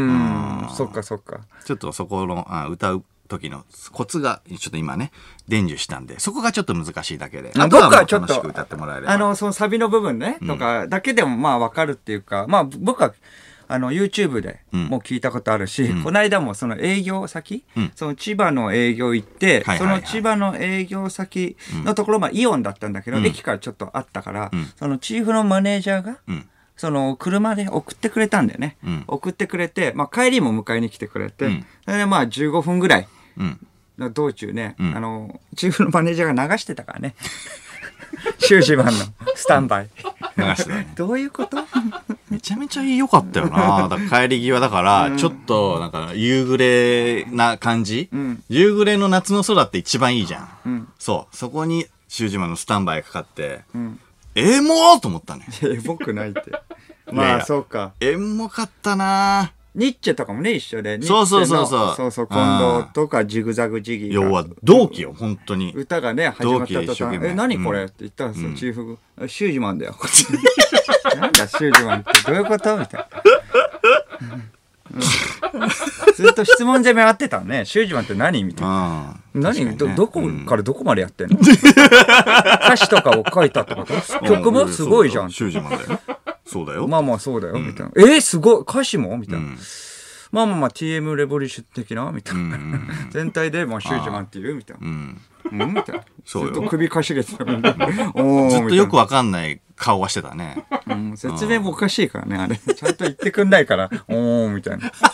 そっかそっか。 ちょっとそこのあ歌う時のコツがちょっと今ね伝授したんでそこがちょっと難しいだけで。 あとは楽しく歌ってもらえれば。 あのそのサビの部分ねとかだけでもまあわかるっていうかまあ僕は。あの YouTube でも聞いたことあるし、うん、この間もその営業先、うん、その千葉の営業行って、はいはいはい、その千葉の営業先のところ、まあイオンだったんだけど、うん、駅からちょっとあったから、うん、そのチーフのマネージャーが、うん、その車で送ってくれたんだよね、うん、送ってくれて、まあ、帰りも迎えに来てくれて、うん、それでまあじゅうごふんぐらいの道中ね、うん、あのチーフのマネージャーが流してたからねシュージマンのスタンバイ流してたね。 どういうことめちゃめちゃ良かったよな。だから帰り際だから、うん、ちょっとなんか夕暮れな感じ、うん、夕暮れの夏の空って一番いいじゃん、うん、そうそこにシュージマンのスタンバイかかって、うん、エモーと思ったね。 エモくないってまあそうかエモかったな。 ニッチェとかもね一緒でそうそうそうそうそうそう近藤とかジグザグジギー要は同期よ本当に。 歌がね始まった途端え何これ、うん、って言ったんですよ、うん、チーフがシュージマンだよなんだシュージマンってどういうことみたいな、うん、ずっと質問攻め合ってたのね。シュージマンって何みたいな。何、ね、ど, どこからどこまでやってんの、うん、歌詞とかを書いたってこと曲もすごいじゃん。 シュージマンだよそうだよ。 まあまあそうだよ、うん、みたいな。えー、すごい歌詞もみたいな、うん、まあまあまあ ティーエム レボリューション的なみたいな、うん、全体でまあシュージマンっていうみたいな、うんうん、みたいな。 そうよ。 ずっと首かしげてたずっとよくわかんない顔はしてたね、 うん、説明もおかしいからねあれちゃんと言ってくんないからおーみたいな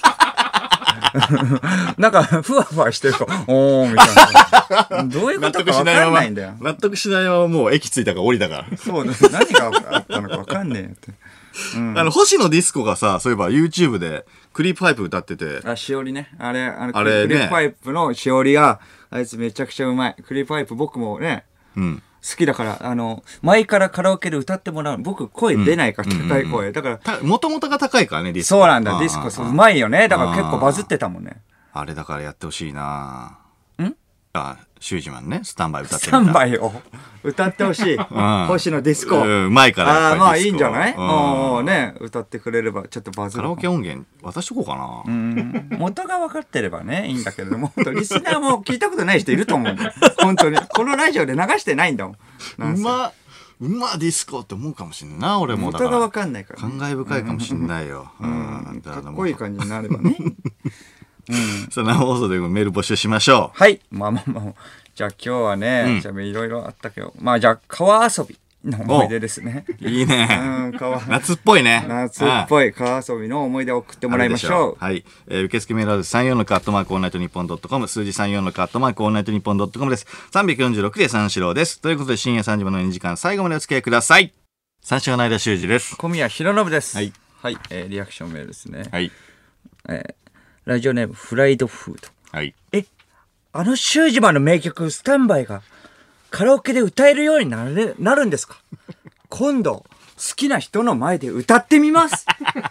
なんかふわふわしてるとおーみたいなどういうことか分かんないんだよ。 納得しないままもう駅着いたから降りたからそうだ何があったのか分かんねえよって、 うん、あの星野ディスコがさそういえば YouTube でクリープパイプ歌っててあしおりねあれあのあれ、ね、クリープパイプのしおりがあいつめちゃくちゃうまい。クリープパイプ僕もね、うん、好きだからあの前からカラオケで歌ってもらう。僕声出ないから、うん、高い声だからもともとが高いからねディスコ。 そうなんだディスコそううまいよね。だから結構バズってたもんね。 あれだからやってほしいな。んあシュージマンねスタンバイ歌ってみた。 スタンバイを歌ってほしい、うん、星野ディスコ、 うん、前からやっぱりあまあいいんじゃない、うん、ね歌ってくれればちょっとバズる。 カラオケ音源渡しとこうかな。 うん元が分かってればねいいんだけれどもリスナーも聞いたことない人いると思うんだよ本当にこのラジオで流してないんだもん。 うまうまディスコって思うかもしれないな俺も。 だから元が分かんないから、 ね、感慨深いかもしれないよ、 うんうん、かっこいい感じになればねうん、さあ生放送でメール募集しましょう。はいまあまあまあじゃあ今日はね、うん、じゃあいろいろあったけどまあじゃあ川遊びの思い出ですね。 いいね、 うん、川夏っぽいね。 夏っぽい川遊びの思い出を送ってもらいましょう。 はい、えー、受付メールアドレスさんよんのカットマークオールナイトニッポンドットコム数字さんよんのカットマークオールナイトニッポンドットコムです。さんびゃくよんじゅうろくで三四郎です。ということで深夜さんじまでのにじかん最後までお付き合いください。三四郎の間修二です。 小宮浩信です。 はい、 はいえー、リアクションメールですね。 はい、 えーラジオネームフライドフード。 はい。 え、あのシュージマンの名曲スタンバイがカラオケで歌えるようになるなるんですか？今度好きな人の前で歌ってみます。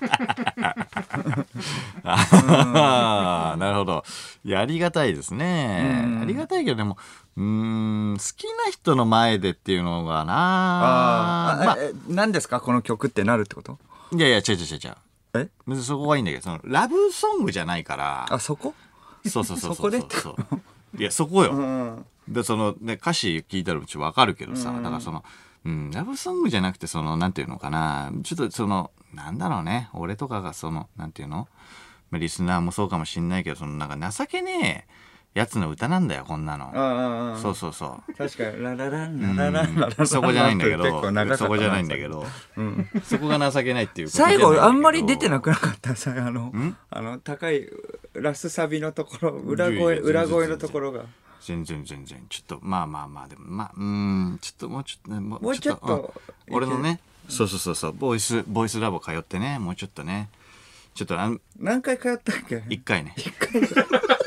ああ、なるほど。いやありがたいですね。ありがたいけどでもうーん好きな人の前でっていうのがなあ。 あ、まあ、え何ですかこの曲ってなるってこと？ いやいや違う違う違う。えそこがいいんだけどそのラブソングじゃないからあそこそうそうそうそうそこでいやそこよ、うん、でその、ね、歌詞聞いたらうち分かるけどさ、うん、だからその、うん、ラブソングじゃなくてそのなんていうのかなちょっとそのなんだろうね俺とかがそのなんていうのリスナーもそうかもしんないけどそのなんか情けねやつの歌なんだよこんなの。 ああそうそうそう。 確かにララランララランララランそこじゃないんだけど、そこじゃないんだけど、そこが情けないっていうことじゃないんだけど。 最後あんまり出てなくなかったさ、あのあの高いラスサビのところ、裏声裏声のところが。 全然全然ちょっとまあまあまあでもまあうんちょっともうちょっとねもうちょっと俺のねそうそうそうそうボイスボイスラボ通ってねもうちょっとねちょっとあん何回通ったっけ？ 一回ね。 一回じゃん。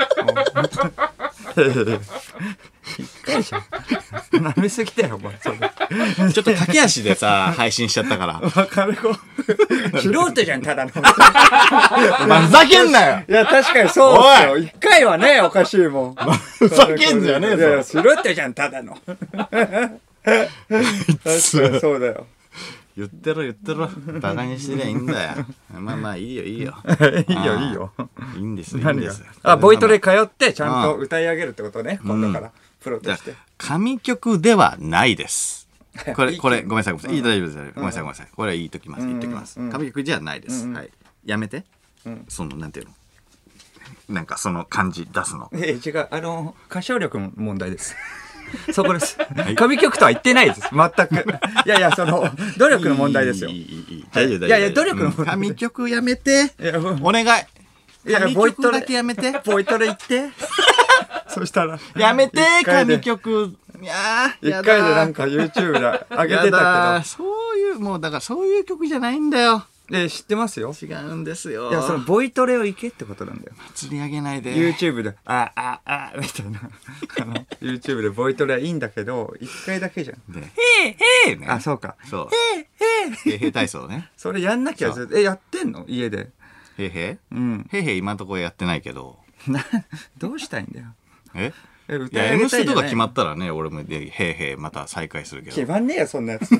一回じゃん。舐めすぎだよお前それ。 ちょっと駆け足でさ配信しちゃったから。 わかる子。素人じゃんただの。 お前ふざけんなよ。 いや確かにそうですよ。一回はねおかしいもん。 ふざけんじゃねえぞ。 いや素人じゃんただの。確かにそうだよ。 言ってろ言ってろバカにしてりゃいいんだよ。まあまあいいよいいよいいよいいよいいんですいいんです。 あボイトレ通ってちゃんと歌い上げるってことね今度からプロとして。 神曲ではないです。これこれごめんなさいごめんなさいいい大丈夫ですごめんなさいごめんなさいこれは言いときます言っときます。神曲じゃないです。はいやめてそのなんていうのなんかその感じ出すの。 え違うあの歌唱力の問題です。そこです。神曲とは言ってないです。全く。いやいや、その、努力の問題ですよ。いい、いい、大丈夫、大丈夫。いやいや、努力の問題。 神曲やめて。お願い。 いや、 神曲だけやめて。 ボイトレ行って。そしたら。 やめて、神曲。いやー、一回でなんか YouTube で上げてたけど。 そういう、もう、だからそういう曲じゃないんだよ。 え知ってますよ。 違うんですよ。 いやそのボイトレを行けってことなんだよ。 釣り上げないで。 YouTube であああみたいなあの YouTube でボイトレはいいんだけど一回だけじゃん。 で、へえへえね。 あそうか。 そう。 へえへえへえ体操ね。 それやんなきゃずえやってんの家で。 へえへえ。 うん。 へえへえ今のところやってないけど。 などうしたいんだよ。 え？いや エムステとか決まったらね俺もでへえへえまた再開するけど。 決まんねえよそんなやつ。い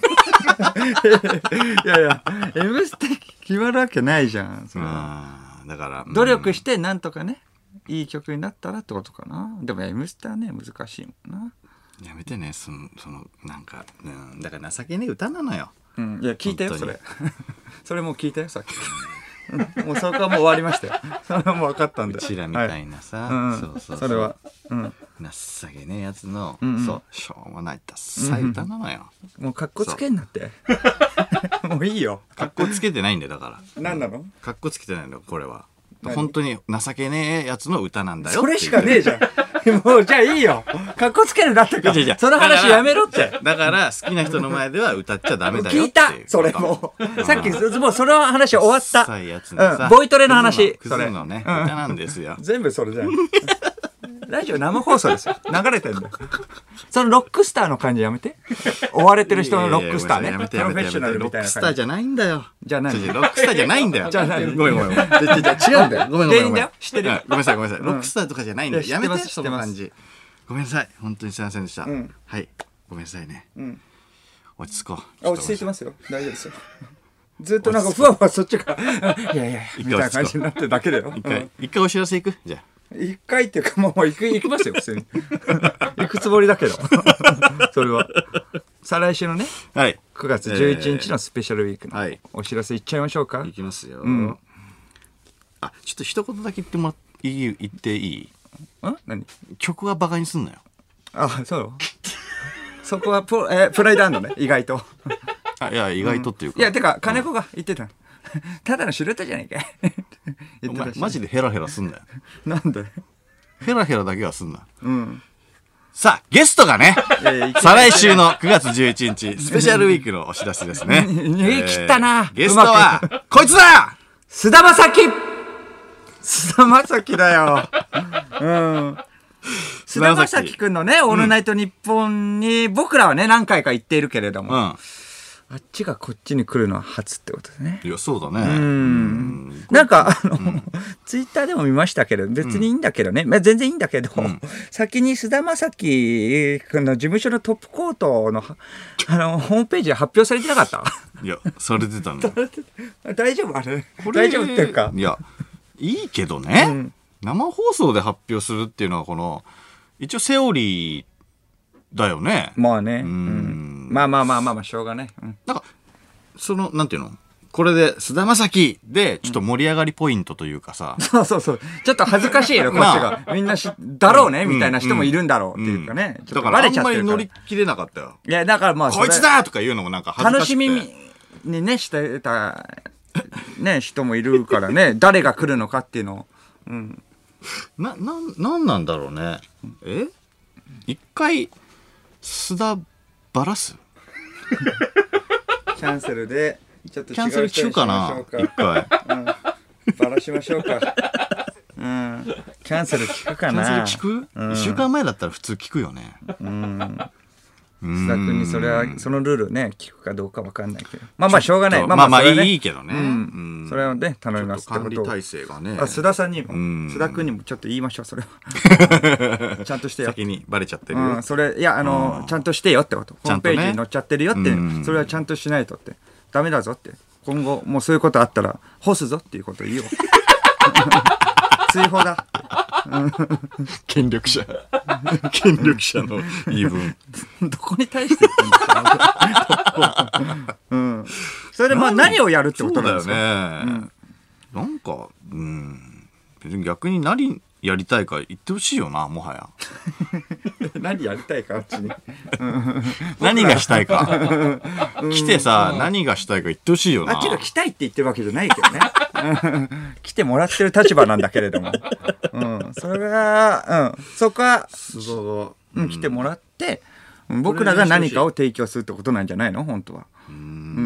やいや エムステ決まるわけないじゃん。 あだから努力してなんとかねいい曲になったらってことかな。でも エムステはね難しいもんな。 やめてねそのそのなんか、うん、だから情けねえ歌なのよ。 うん、いや聞いたよそれ。それもう聞いたよさっき。もうそこはもう終わりましたよ。それはもう分かったんで。 うちらみたいなさ、はいうん、そうそうそれは、うん、 情けねえやつの、 うんうん、 そうしょうもないダッサい歌なのよ。 うん、もう格好つけんなって。もういいよ。 格好つけてないんだよだから。 何なの？ 格好つけてないんだよこれは。本当に情けねえやつの歌なんだよ。 それしかねえじゃん。もうじゃあいいよ。格好つけるんだったか。その話やめろって。 だから好きな人の前では歌っちゃダメだよっていう。 聞いたそれも。さっきもうその話終わった。うん、ボイトレの話。 それのね歌なんですよ。 全部それじゃん。ラジオ生放送ですよ。流れてんだよ。そのロックスターの感じやめて。追われてる人のロックスターね。プロフェッショナルみたいな感じ。ロックスターじゃないんだよ。 じゃあ何？ ロックスターじゃないんだよ。 じゃあ何？ ごめんごめんごめん。違うんだよ。ごめんごめんごめん。 知ってる。 ごめんなさいごめんなさい。ロックスターとかじゃないんだよ。やめてその感じ。ごめんなさい本当にすいませんでした。はいごめんなさいね。落ち着こう。 落ち着いてますよ。大丈夫ですよ。ずっとなんかふわふわそっちがいやいやみたいな感じになってるだけだよ。 一回一回お知らせいくじゃあ。 一回っていうかもう行く行きますよ普通に。行くつもりだけど。それは再来週のね、 はい、 くがつじゅういちにちのスペシャルウィークのお知らせいっちゃいましょうか。 いきますよ。うん、あちょっと一言だけ言ってもらっていい言っていい？ ん？何？ 曲はバカにすんなよ。 あそうそこはプ, えー、プライドあんのね意外と。 あいや意外とっていうか、 うん、いやてか金子が言ってた、うん、ただの素人じゃないかい。 お前マジでヘラヘラすんなよ。 なんで？ ヘラヘラだけはすんな。 うん。 さあゲストがね再来週のくがつじゅういちにちスペシャルウィークのお知らせですね。 逃げ切ったな。 ゲストはこいつだ。 菅田将暉。菅田将暉だよ。うん。菅田将暉くんのね、オールナイトニッポンに僕らはね何回か行っているけれども、うん、あっちがこっちに来るのは初ってことですね。 いやそうだね。 うんうんなんかあの、うん、ツイッターでも見ましたけど別にいいんだけどね、うん、まあ、全然いいんだけど、うん、先に菅田将暉くんの事務所のトップコートのあのホームページで発表されてなかった？ いやされてたんだ。 大丈夫あれ？大丈夫っていうか。 いやいいけどね、うん、生放送で発表するっていうのはこの一応セオリーだよね。 まあね、うん、まあまあまあまあまあしょうがない、うん、 なんかそのなんていうのこれで菅田将暉でちょっと盛り上がりポイントというかさ、 うん、そうそうそう、ちょっと恥ずかしいよこっちが、みんなしだろうね、うん、みたいな人もいるんだろうっていうかね、うん、ちょっとバレちゃってるから、だからあんまり乗り切れなかったよ。 いやだからまあこいつだとか言うのもなんか恥ずかしくて楽しみにねしてたね人もいるからね誰が来るのかっていうのを、うん、 なななんなんだろうね。え一回須田バラすキャンセルでちょっとキャンセル中かな一回、 うん、バラしましょうか、うん、キャンセル聞くかな。 キャンセル聞く、うん、いっしゅうかんまえだったら普通聞くよね。 うん須田君にそれはそのルールね聞くかどうか分かんないけど、まあまあしょうがない、まあまあまあいいけどね、 うん、それはね頼みますってことを、 管理体制がね、 須田さんにも須田君にもちょっと言いましょう、それはちゃんとしてよ、 先にバレちゃってる、 うん、それいやあのちゃんとしてよってこと、ホームページに載っちゃってるよって、それはちゃんとしないとってダメだぞって、今後もうそういうことあったら干すぞっていうことを言おう追放だ権力者権力者の言い分どこに対して言ってんですか、うん、それでまあ何をやるってことなんですか。 そうだよね、うん、なんか、うん、別に逆に何やりたいか言ってほしいよな、もはや何やりたいかあっちに何がしたいか来てさ、何がしたいか言ってほしいよな。 あっちが来たいって言ってるわけじゃないけどね来てもらってる立場なんだけれども、うん、それは、うん、そこはそう、 うん、来てもらって僕らが何かを提供するってことなんじゃないの本当は。 うーん、うん、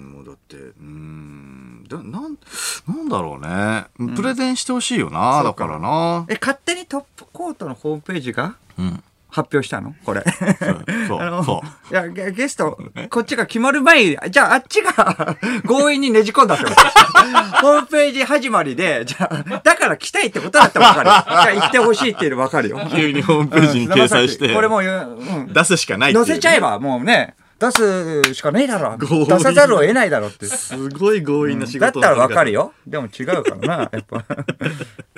もうだってうーんだなんなんだろうね、うん、プレゼンしてほしいよな、だからな。 え勝手にトップコートのホームページが、 うん発表したのこれそうあのそういやゲゲストこっちが決まる前にじゃああっちが強引にねじ込んだってことホームページ始まりでじゃあだから来たいってことだったら分かるじゃあ言ってほしいっていうの分かるよ急にホームページに掲載して、 これもう、うん、 出すしかないっていう、ね、 載せちゃえばもうね出すしかないだろ、出さざるを得ないだろってすごい強引な仕事、 うん、だったら分かるよ。でも違うからなやっぱ、うん、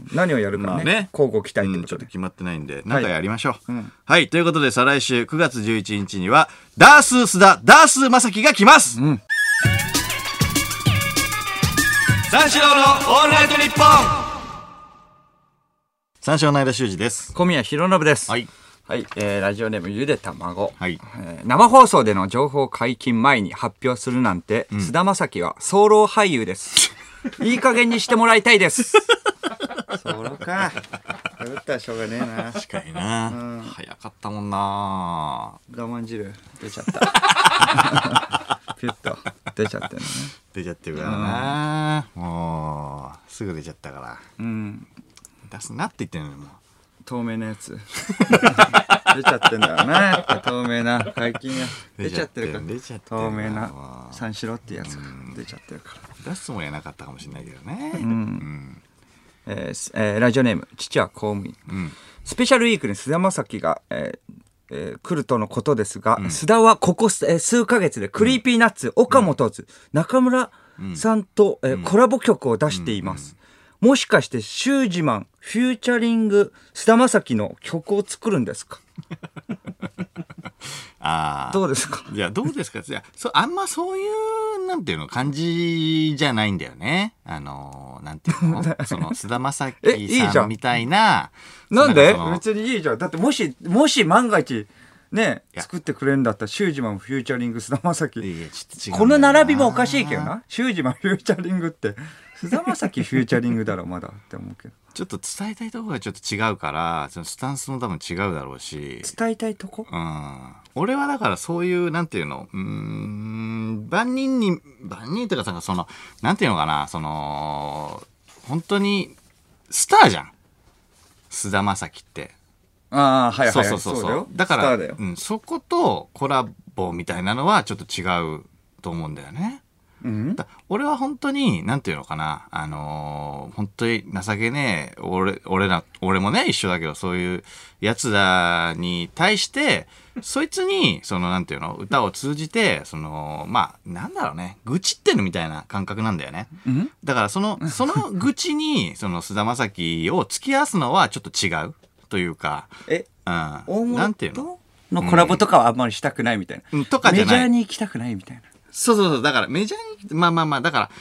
何をやるかね、まあね、交互期待ってことで、 うん、ちょっと決まってないんで何かやりましょう。 はい、うんはい、ということで再来週くがつじゅういちにちにはダース須田ダース正樹が来ます、うん、三四郎のオールナイトニッポン。三四郎の間修二です。 小宮浩信です。 はいはい、えー、ラジオネームゆで卵、 はい、 えー、生放送での情報解禁前に発表するなんて、うん、須田将暉は早漏俳優ですいい加減にしてもらいたいです早漏か打ったらしょうがねえな。 確かにな、うん、早かったもんな。我慢汁出ちゃったピュッと出ちゃってるね。 出ちゃってるからな、うん、もうすぐ出ちゃったから、 うん、 出すなって言ってんのよ。もう透明なやつ出ちゃってんだよね。透明な解禁が出ちゃってるから、透明な三四郎ってやつが出ちゃってるから、 出すつもりはなかったかもしれないけどね、 うんうんえーえー、ラジオネーム父は公務員、 うん、 スペシャルウィークに須田将暉が、えーえー、来るとのことですが、うん、須田はここ、えー、数ヶ月でクリーピーナッツ、うん、岡本図、中村さんと、えー、コラボ曲を出しています、うんうんうん、もしかしてシュージマンフューチャリング須田将暉の曲を作るんですかあどうですか。 いやどうですか。いやそあんまそういうなんていうの感じじゃないんだよね。あのなんていうのその須田将暉さんみたいな。 なんで別にいいじゃん。だってもしもし万が一ね作ってくれるんだったらシュージマンフューチャリング須田将暉。いやちょっと違う。この並びもおかしいけどな。シュージマンフューチャリングって須田将暉フューチャリングだろまだって思うけど。 ちょっと伝えたいところがちょっと違うからそのスタンスも多分違うだろうし。 伝えたいとこ。 うん。俺はだからそういうなんていうのうーん万人に万人というかさそのなんていうのかなその本当にスターじゃん須田将暉って。 ああはいはい、はい、 そうそうそうそう。だからだ、うん、そことコラボみたいなのはちょっと違うと思うんだよね。 うん、 だ俺は本当になんていうのかなあのー、本当に情けねえ俺俺ら俺もね一緒だけどそういうやつらに対してそいつにそのなんていうの歌を通じてそのまあなんだろうね愚痴ってるみたいな感覚なんだよね、 うん、 だからそのその愚痴にその須田将暉を付き合わすのはちょっと違うというかえ、 うん、 大なんていうののコラボとかはあんまりしたくないみたいな、 うん、とかじゃないメジャーに行きたくないみたいなそうそうそう、だからメジャーに、まあまあまあ、だから、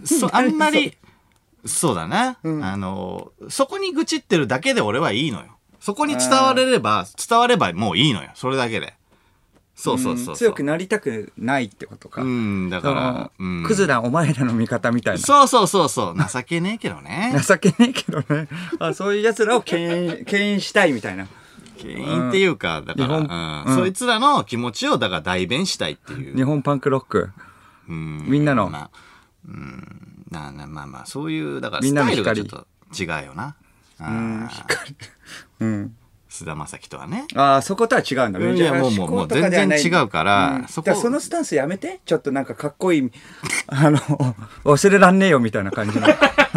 そあんまり、そうだな、うん、あの、そこに愚痴ってるだけで俺はいいのよ。そこに伝われれば、伝わればもういいのよ。それだけで。そうそうそうそう、うん。 強くなりたくないってことか。 うん、だから、 うん、クズなお前らの味方みたいな。 そうそうそうそう。情けねえけどね。 情けねえけどね。あ、そういう奴らを牽引、牽引したいみたいな。 牽引っていうか、だから、うんうん、そいつらの気持ちを、だから代弁したいっていう。 日本パンクロック。うん、みんなの。まあ、 うん、ななまあまあ、そういう、だからスタイルがちょっと違うよな。 うん、光。うん。 菅田将暉とはね。 ああ、そことは違うんだ。 いや、もうもう、もう全然違うから、うん、 そこ。そのスタンスやめて。ちょっとなんかかっこいい、あの、忘れらんねえよみたいな感じの。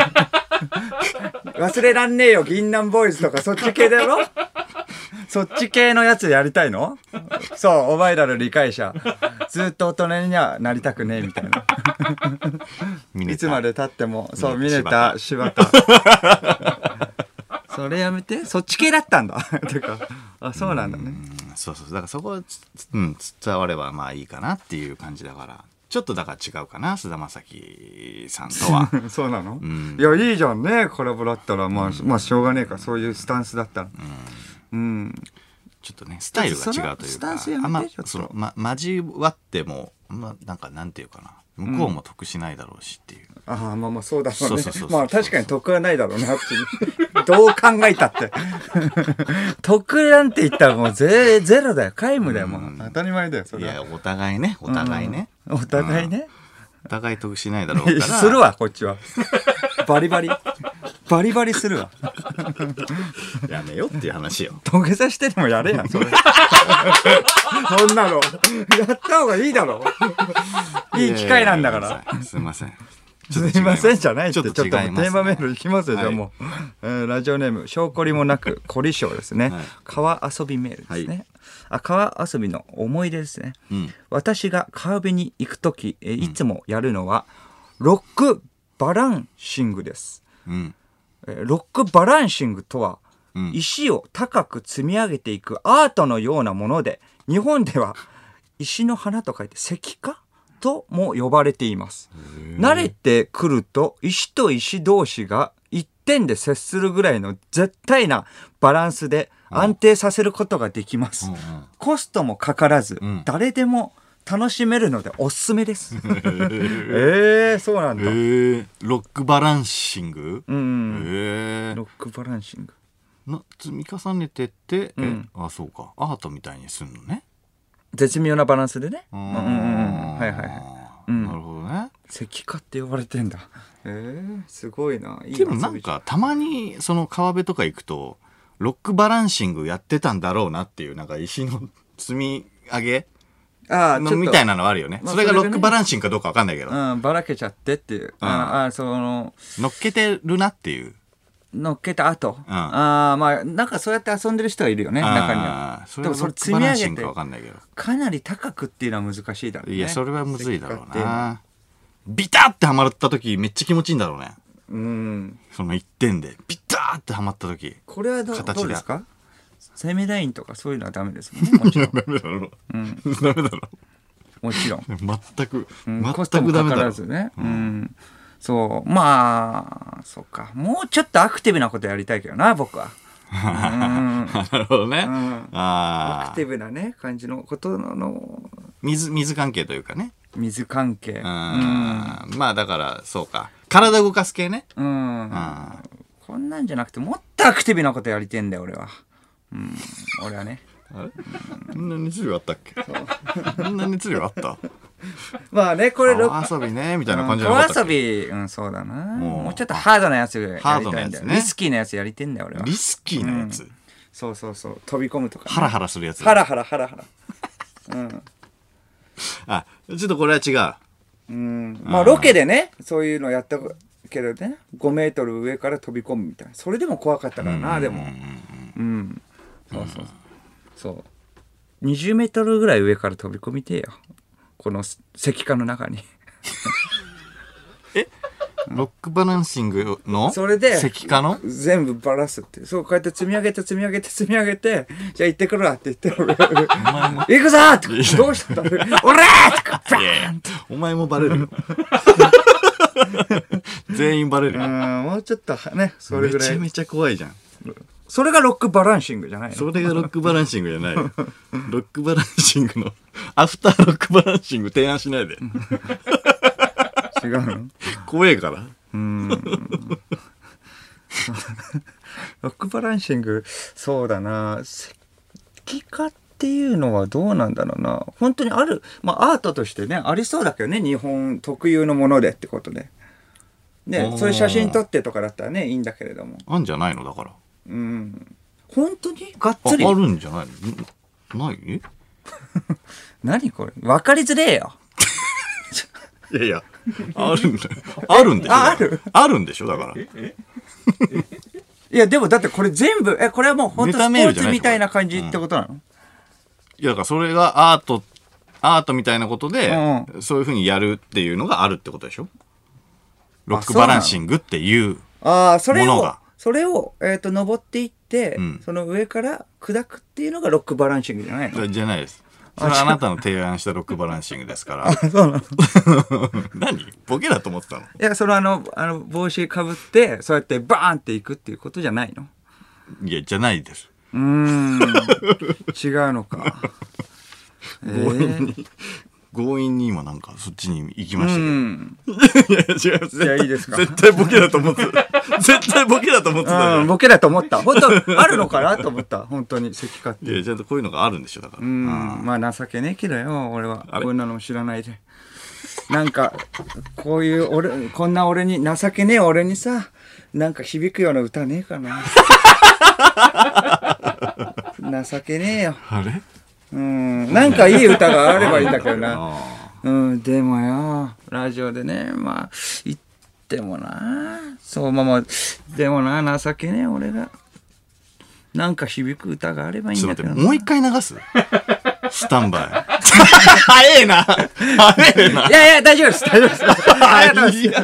忘れらんねえよ、銀杏ボーイズとかそっち系だろそっち系のやつやりたいの？そう、お前らの理解者。ずっと大人にはなりたくねえみたいな。いつまで経っても、そう、ミネタ、柴田。それやめて。そっち系だったんだ。てか、あ、そうなんだね。 そうそう。だからそこ、うん、伝わればまあいいかなっていう感じだから。ちょっとだから違うかな、菅田将暉さんとは。 そうなの、うん、いや、いいじゃんね、コラボだったら。まあ、うん、まあ、しょうがねえか、そういうスタンスだったら。うん。うん、 ちょっとね、スタイルが違うというか。 スタンスやめて、あんま、 その、ま、交わっても、まあ、なんか、なんていうかな。向こうも得しないだろうしっていう。 うん、ああ、まあまあそうだろうね。まあ確かに得はないだろうなっていう。どう考えたって。得なんて言ったらもうゼゼロだよ。皆無だよ。もう当たり前だよ。それいや、お互いね。お互いね。 うん、お互いね。 お互い得しないだろうから。 するわ、こっちは。バリバリ。バリバリするわ。 やめよっていう話よ。 土下座してでもやれやん、それ。そんなの。やった方がいいだろ。いい機会なんだから。 すいません。 すいませんじゃないって、ちょっとテーマメールいきますよ、じゃあもう。えー、ラジオネーム、証拠りもなく、凝り性ですね。はい、川遊びメールですね。はい、あ、川遊びの思い出ですね。うん、私が川辺に行くとき、えいつもやるのは、ロックバランシングです。うんえー、ロックバランシングとは、うん、石を高く積み上げていくアートのようなもので、日本では石の花と書いて石化とも呼ばれています。慣れてくると石と石同士が一点で接するぐらいの絶対なバランスで安定させることができます。うんうん、コストもかからず、うん、誰でも楽しめるのでおすすめです。えー、そうなんだ。えー、ロックバランシング、うん、 えー、ロックバランシングな積み重ねてって、うん、あ、そうか、アートみたいにするのね。 絶妙なバランスでね。うんうんうん、はいはい、 うん、なるほどね。 石化って呼ばれてんだ。えー、すごいな。いいでもなんかたまにその川辺とか行くとロックバランシングやってたんだろうなっていう、なんか石の積み上げあのみたいなのあるよね。まあ、それがロックバランシングかどうかわかんないけど、 うん、ばらけちゃってっていう、うん、ああその乗っけてるなっていう、 乗っけた後、うん、ああまあなんかそうやって遊んでる人がいるよね、中には。でもそれ積み上げてかなり高くっていうのは難しいだろうね。 いや、それはむずいだろうな。ビタってはまった時めっちゃ気持ちいいんだろうね。うん、その一点でビタってはまった時。 これはどう、どうですか？生命ラインとかそういうのはダメですもんね。もちろんダメだろう、うん、ダメだろう、もちろん全く、 うん、全くダメだろう、ね、うんうん、そうまあそうか、もうちょっとアクティブなことやりたいけどな、僕は。うん、 なるほどね、うん、 あアクティブなね感じのことの水水関係というかね、 水関係、うん、 まあだからそうか、体動かす系ね、うん、 こんなんじゃなくてもっとアクティブなことやりてえんだよ俺は。うん、俺はね。 あれ？こんな熱量あったっけ？こんな熱量あった？ まあね、これ川遊びねみたいな感じじゃなかったっけ？ 川遊び、うん、そうだな。もうちょっとハードなやつやりたいんだよ。ね、リスキーなやつやりてんだよ俺は。 リスキーなやつ、うん、 そうそうそう、飛び込むとか、ね、 ハラハラするやつ。 ハラハラハラハラ。うん。 あ、ちょっとこれは違う。 うん。まあロケでね、そういうのやったけどね、ごメートル上から飛び込むみたいな。それでも怖かったからな、でも。うん。そうそうそう。にじゅうメートルぐらい上から飛び込みてえよ。この石化の中に。 え、 ロックバランシングのそれで石化の全部バラすってそうこうやって積み上げて積み上げて積み上げてじゃあ行ってくるわって言って行くぞってどうしたんだ俺お前もバレるよ全員バレるよもうちょっとねそれぐらいめちゃめちゃ怖いじゃんそれがロックバランシングじゃないの？ それがロックバランシングじゃないロックバランシングのアフターロックバランシング提案しないで違うの？ 怖えからうーんロックバランシングそうだな石化っていうのはどうなんだろうな本当にあるまあアートとしてねありそうだけどね日本特有のものでってことでねそういう写真撮ってとかだったらねいいんだけれどもあんじゃないのだからうん本当にがっつりあ, あるんじゃないのない何これ分かりづれえよいやいやあるんだよあるんでしょあるあるんでしょだからいやでもだってこれ全部えこれはもう本当スポーツみたいな感じってことなの、うん、 いやだからそれがアートアートみたいなことで、うん、そういうふうにやるっていうのがあるってことでしょロックバランシングっていうものがあそれをそれを、えー、と登っていって、うん、その上から砕くっていうのがロックバランシングじゃないの？ じゃないです。それはあなたの提案したロックバランシングですから。 あ、そうなの何ボケだと思ってたの？いや、そのあの、あの帽子かぶって、そうやってバーンっていくっていうことじゃないの？ いや、じゃないです。 うーん。違うのか。 強引に、強引に今なんかそっちに行きましたけど。うん、いやいや違う。 じゃあいいですか。 絶対ボケだと思ってた。絶対ボケだと思ってた。 うん、ボケだと思った。本当あるのかなと思った。本当に石化って。 いや、ちゃんとこういうのがあるんでしょだから。 うん。まあ情けねえけどよ、俺は。こんなのも知らないで。なんか、こういう俺、こんな俺に、情けねえ俺にさ、なんか響くような歌ねえかな。情けねえよ。 あれうん、なんかいい歌があればいいんだけどな。うん、でもよ、ラジオでね、まあ、言ってもな、そうまま、でもな、情けねえ俺が。なんか響く歌があればいいんだけどな。 もう一回流すスタンバイ。早えな早えな。 いやいや、大丈夫です。大丈夫です。ありがとうございます。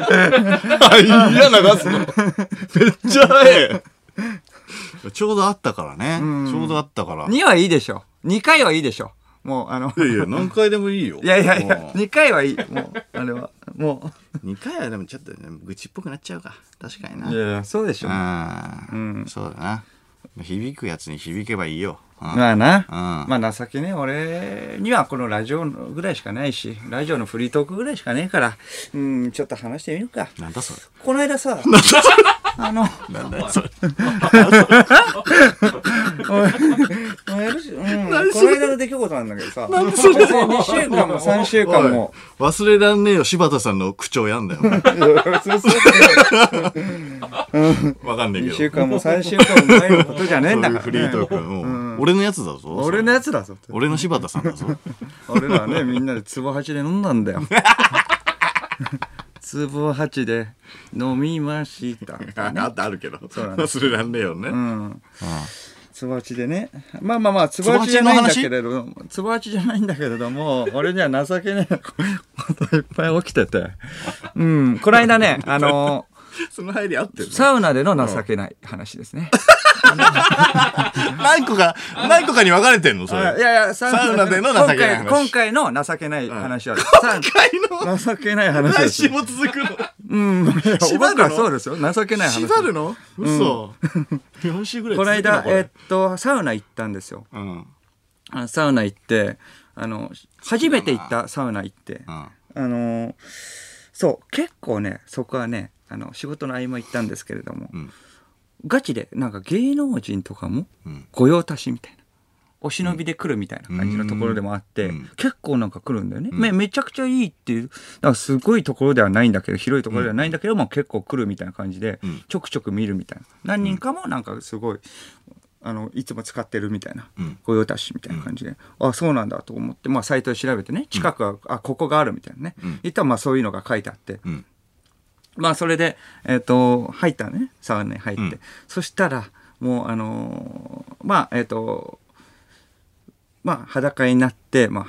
いや、流すの。めっちゃ早え。ちょうどあったからね。ちょうどあったから。 にはいいでしょ。にかいはいいでしょ。もう、あの。 いやいや、何回でもいいよ。 いやいやいや、にかいはいい。もう、あれは。もう。にかいはでもちょっと、ね、愚痴っぽくなっちゃうか。確かにな。 いやいや、そうでしょ。 うん。そうだな。響くやつに響けばいいよ。 まあな。まあ情けねえ俺にはこのラジオぐらいしかないし、ラジオのフリートークぐらいしかねえから、うん、ちょっと話してみるか。 なんだそれ。 この間さ、あの、 なんだそれ。 この間の出来事なんだけどさ、にしゅうかんもさんしゅうかんも。 忘れらんねえよ、柴田さんの口調やんだよ。わかんねえけど。 にしゅうかんもさんしゅうかんも前のことじゃねえんだから。 フリートーク。俺のやつだぞ。 俺のやつだぞ。 俺の柴田さんだぞ。 俺らね、みんなで壺八で飲んだんだよ。壺八で飲みました。 あったあるけど。忘れらんねえよね。うん。 つばちでね。まあまあまあ、つばちじゃないんだけれども、つばちじゃないんだけれども、俺には情けねえこといっぱい起きてて。うん。この間ね、あのー、その入り合ってるサウナでの情けない話ですね。 何個か、何個かに分かれてんのそれ。いやいや、 サウナでの情けない話。 今回の情けない話は。 今回の情けない話です。 来週も続くの。 うん。僕はそうですよ。情けない話。 縛るの嘘。よん週ぐらい続くの。 この間、えっと、サウナ行ったんですよ。サウナ行って、あの、初めて行ったサウナ行って、あの、そう、結構ね、そこはね、あの、仕事の合間行ったんですけれども、ガチでなんか芸能人とかも御用達みたいな、お忍びで来るみたいな感じのところでもあって、うん、結構なんか来るんだよね、うん、め, めちゃくちゃいいっていう、だからすごいところではないんだけど、広いところではないんだけども、うん、結構来るみたいな感じで、うん、ちょくちょく見るみたいな、何人かもなんかすごいあのいつも使ってるみたいな、うん、御用達みたいな感じで、うん、あそうなんだと思って、まあ、サイトで調べてね、近くは、うん、あここがあるみたいなね、うん、一旦まあそういうのが書いてあって、うん、まあそれで、えー、と入ったね、サウナに入って、うん、そしたらもうあのー、まあえっ、ー、とまあ裸になって、まあ、入って 、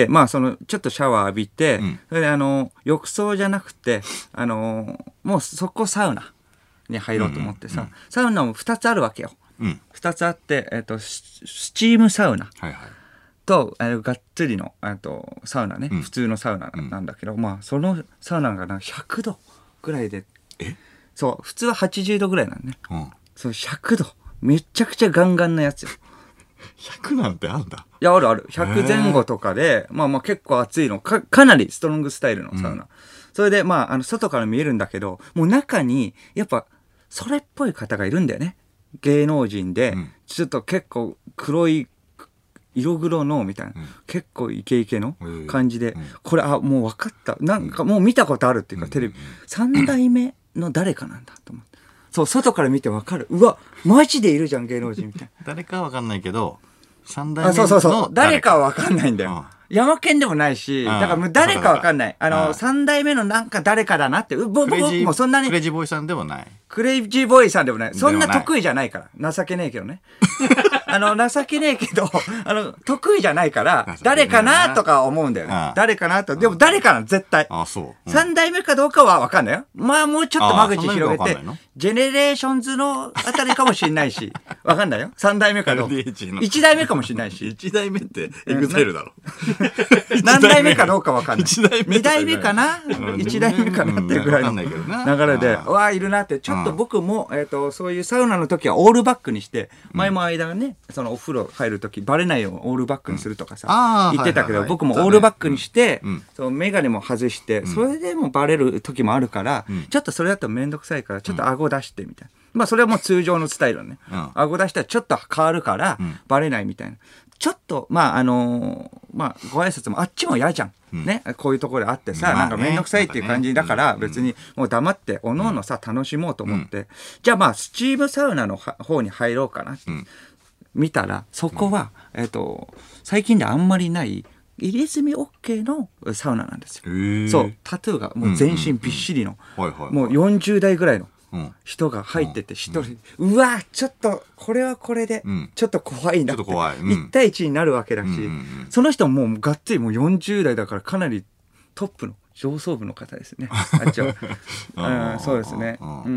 まあそのちょっとシャワー浴びて、うん、それであの浴槽じゃなくてあのもうそこサウナに入ろうと思ってさ、うんうんうん、サウナもふたつあるわけよ、うん、ふたつあって、えーと、スチームサウナ、はいはい、とあのがっつりのとサウナね、うん、普通のサウナなんだけど、うん、まあそのサウナがひゃくどぐらいで、えそう普通ははちじゅうどぐらいなんね、うん、そうひゃくどめちゃくちゃガンガンなやつよ。 ひゃくなんてあんだ。 いやあるある。ひゃくぜん後とかでまあまあ結構暑いの か, かなりストロングスタイルのサウナ、うん、それでまああの外から見えるんだけどもう中にやっぱそれっぽい方がいるんだよね。芸能人で、うん、ちょっと結構黒い色黒のみたいな、うん、結構イケイケの感じで、うん、これあもう分かったなんかもう見たことあるっていうか、うん、テレビさん代目の誰かなんだと思って、そう外から見て分かる。うわマジでいるじゃん芸能人みたいな誰かは分かんないけどさん代目のあそうそうそう誰かは分かんないんだよ、うんヤマケンでもないし、だからもう誰かわかんない。あの、三代目のなんか誰かだなって、僕もそんなに。 クレイジーボーイさんでもない。 クレイジーボーイさんでもない。そんな得意じゃないから。情けねえけどね。あの、情けねえけど、あの、得意じゃないから、誰かなとか思うんだよね。誰かなと。でも誰かな絶対。 あ、そう。 三代目かどうかはわかんないよ。まあもうちょっと間口広げて、ジェネレーションズのあたりかもしれないし、わかんないよ。三代目かどうか。一代目かもしれないし。 一代目ってエグゼルだろ。 何代目かどうかわかんない。二代目かな一代目かなっていうぐらいの流れで、わあいるなって、ちょっと僕も、えっと、そういうサウナの時はオールバックにして、前も間ね、そのお風呂入る時バレないようにオールバックにするとかさ、言ってたけど、僕もオールバックにして、そうメガネも外して、それでもバレる時もあるから、ちょっとそれだとめんどくさいから、ちょっと顎出してみたいな。まあそれはもう通常のスタイルね。顎出したらちょっと変わるから、バレないみたいな。ちょっと、まあ、あのー、まあ、ご挨拶もあっちも嫌じゃん。うん、ね。こういうところで会ってさ、まあね、なんかめんどくさいっていう感じだから、別にもう黙って、おのおのさ、楽しもうと思って、うん、じゃあまあ、スチームサウナの方に入ろうかなって、うん、見たら、そこは、えっと、最近であんまりない、入れ墨 OK のサウナなんですよ。そう、タトゥーがもう全身びっしりの、もうよんじゅう代ぐらいの。人が入ってて一人、うん、うわちょっとこれはこれでちょっと怖いなっていち対いちになるわけだし、うんうんうん、その人ももうがっつりもうよんじゅう代だからかなりトップの上層部の方ですねあっちはうん、そうですね、うんうん、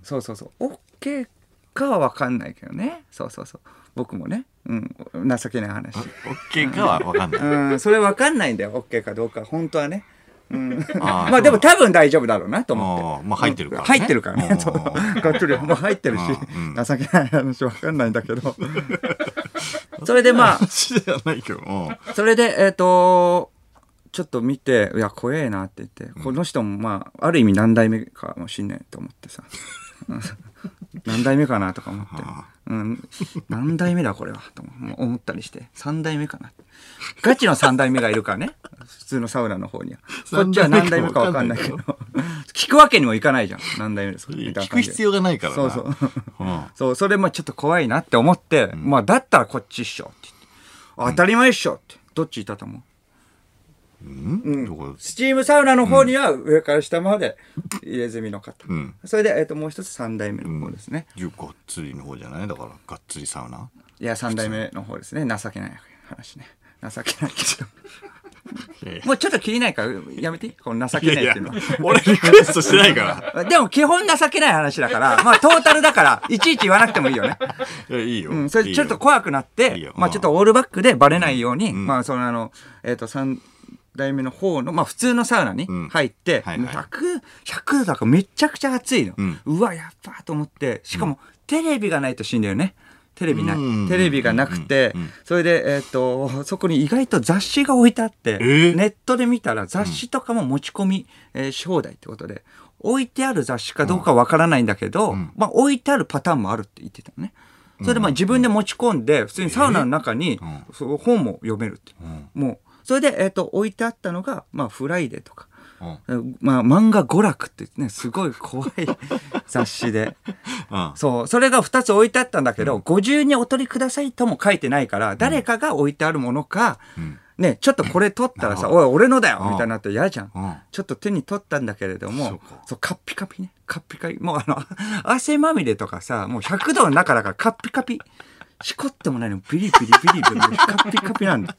そうそうそう OK かは分かんないけどねそうそうそう僕もね、うん、情けない話 OK かは分かんない、 うん、それ分かんないんだよ OK かどうか本当はねうん、あまあでも多分大丈夫だろうなと思って。 まあ入ってるからね。 入ってるからね。がっつりもう入ってるし、情けない話わかんないんだけど。それでまあ、それでえっとちょっと見ていや怖えなって言って、この人もまあある意味何代目かもしんないと思ってさ。何代目かなとか思って、うん、何代目だこれはと思ったりしてさん代目かなガチのさん代目がいるからね普通のサウナの方にはこっちは何代目か分かんないけど聞くわけにもいかないじゃん何代目ですかみたいな感じで聞く必要がないからなそうそう、うん、そうそれもちょっと怖いなって思って、うん、まあだったらこっちっしょって言って、うん、当たり前っしょってどっちいたと思ううんうん、スチームサウナの方には上から下まで入れ墨の方、うん、それで、えー、ともう一つさん代目の方ですね、 うん、がっつりの方じゃないだからがっつりサウナいやさん代目の方ですね情けない話ね情けないけどもうちょっと気にないからやめてこの情けないっていうのは俺リクエストしてないからでも基本情けない話だからまあトータルだからいちいち言わなくてもいいよねいやいいよ、 うん、それちょっと怖くなっていいまあちょっとオールバックでバレないように、うん、まあそのあのえっ、ー、とさん代目の方の、まあ普通のサウナに入って、うんはいはい、ひゃく、ひゃくどだからめちゃくちゃ暑いの。うん、うわ、やっばと思って、しかも、うん、テレビがないと死んだよね。テレビない。テレビがなくて、うん、それで、えっと、そこに意外と雑誌が置いてあって、えー、ネットで見たら雑誌とかも持ち込み、えー、し放題ってことで、置いてある雑誌かどうかわからないんだけど、うん、まあ置いてあるパターンもあるって言ってたのね。それでまあ自分で持ち込んで、普通にサウナの中に、えー、本も読めるって。うん、もう、それで、えー、と置いてあったのが、まあ、フライデーとか、うん、まあ、漫画娯楽ってねすごい怖い雑誌で、うん、そうそれがふたつ置いてあったんだけど、うん、ご自由にお取りくださいとも書いてないから、うん、誰かが置いてあるものか、うん、ね、ちょっとこれ取ったらさ、うん、おい俺のだよ、うん、みたいになって嫌じゃん、うん、ちょっと手に取ったんだけれども、そうそうカッピカピねカッピカピもうあの汗まみれとかさもうひゃくどの中だからカッピカピしこってもないのビリビリビリビリカッピカピなんだ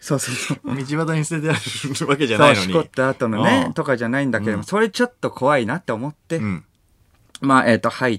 そうそうそう。 道端に捨ててあるわけじゃないのに。 そう、しこった後のね、とかじゃないんだけども、それちょっと怖いなって思って、まあ、えっと、入って、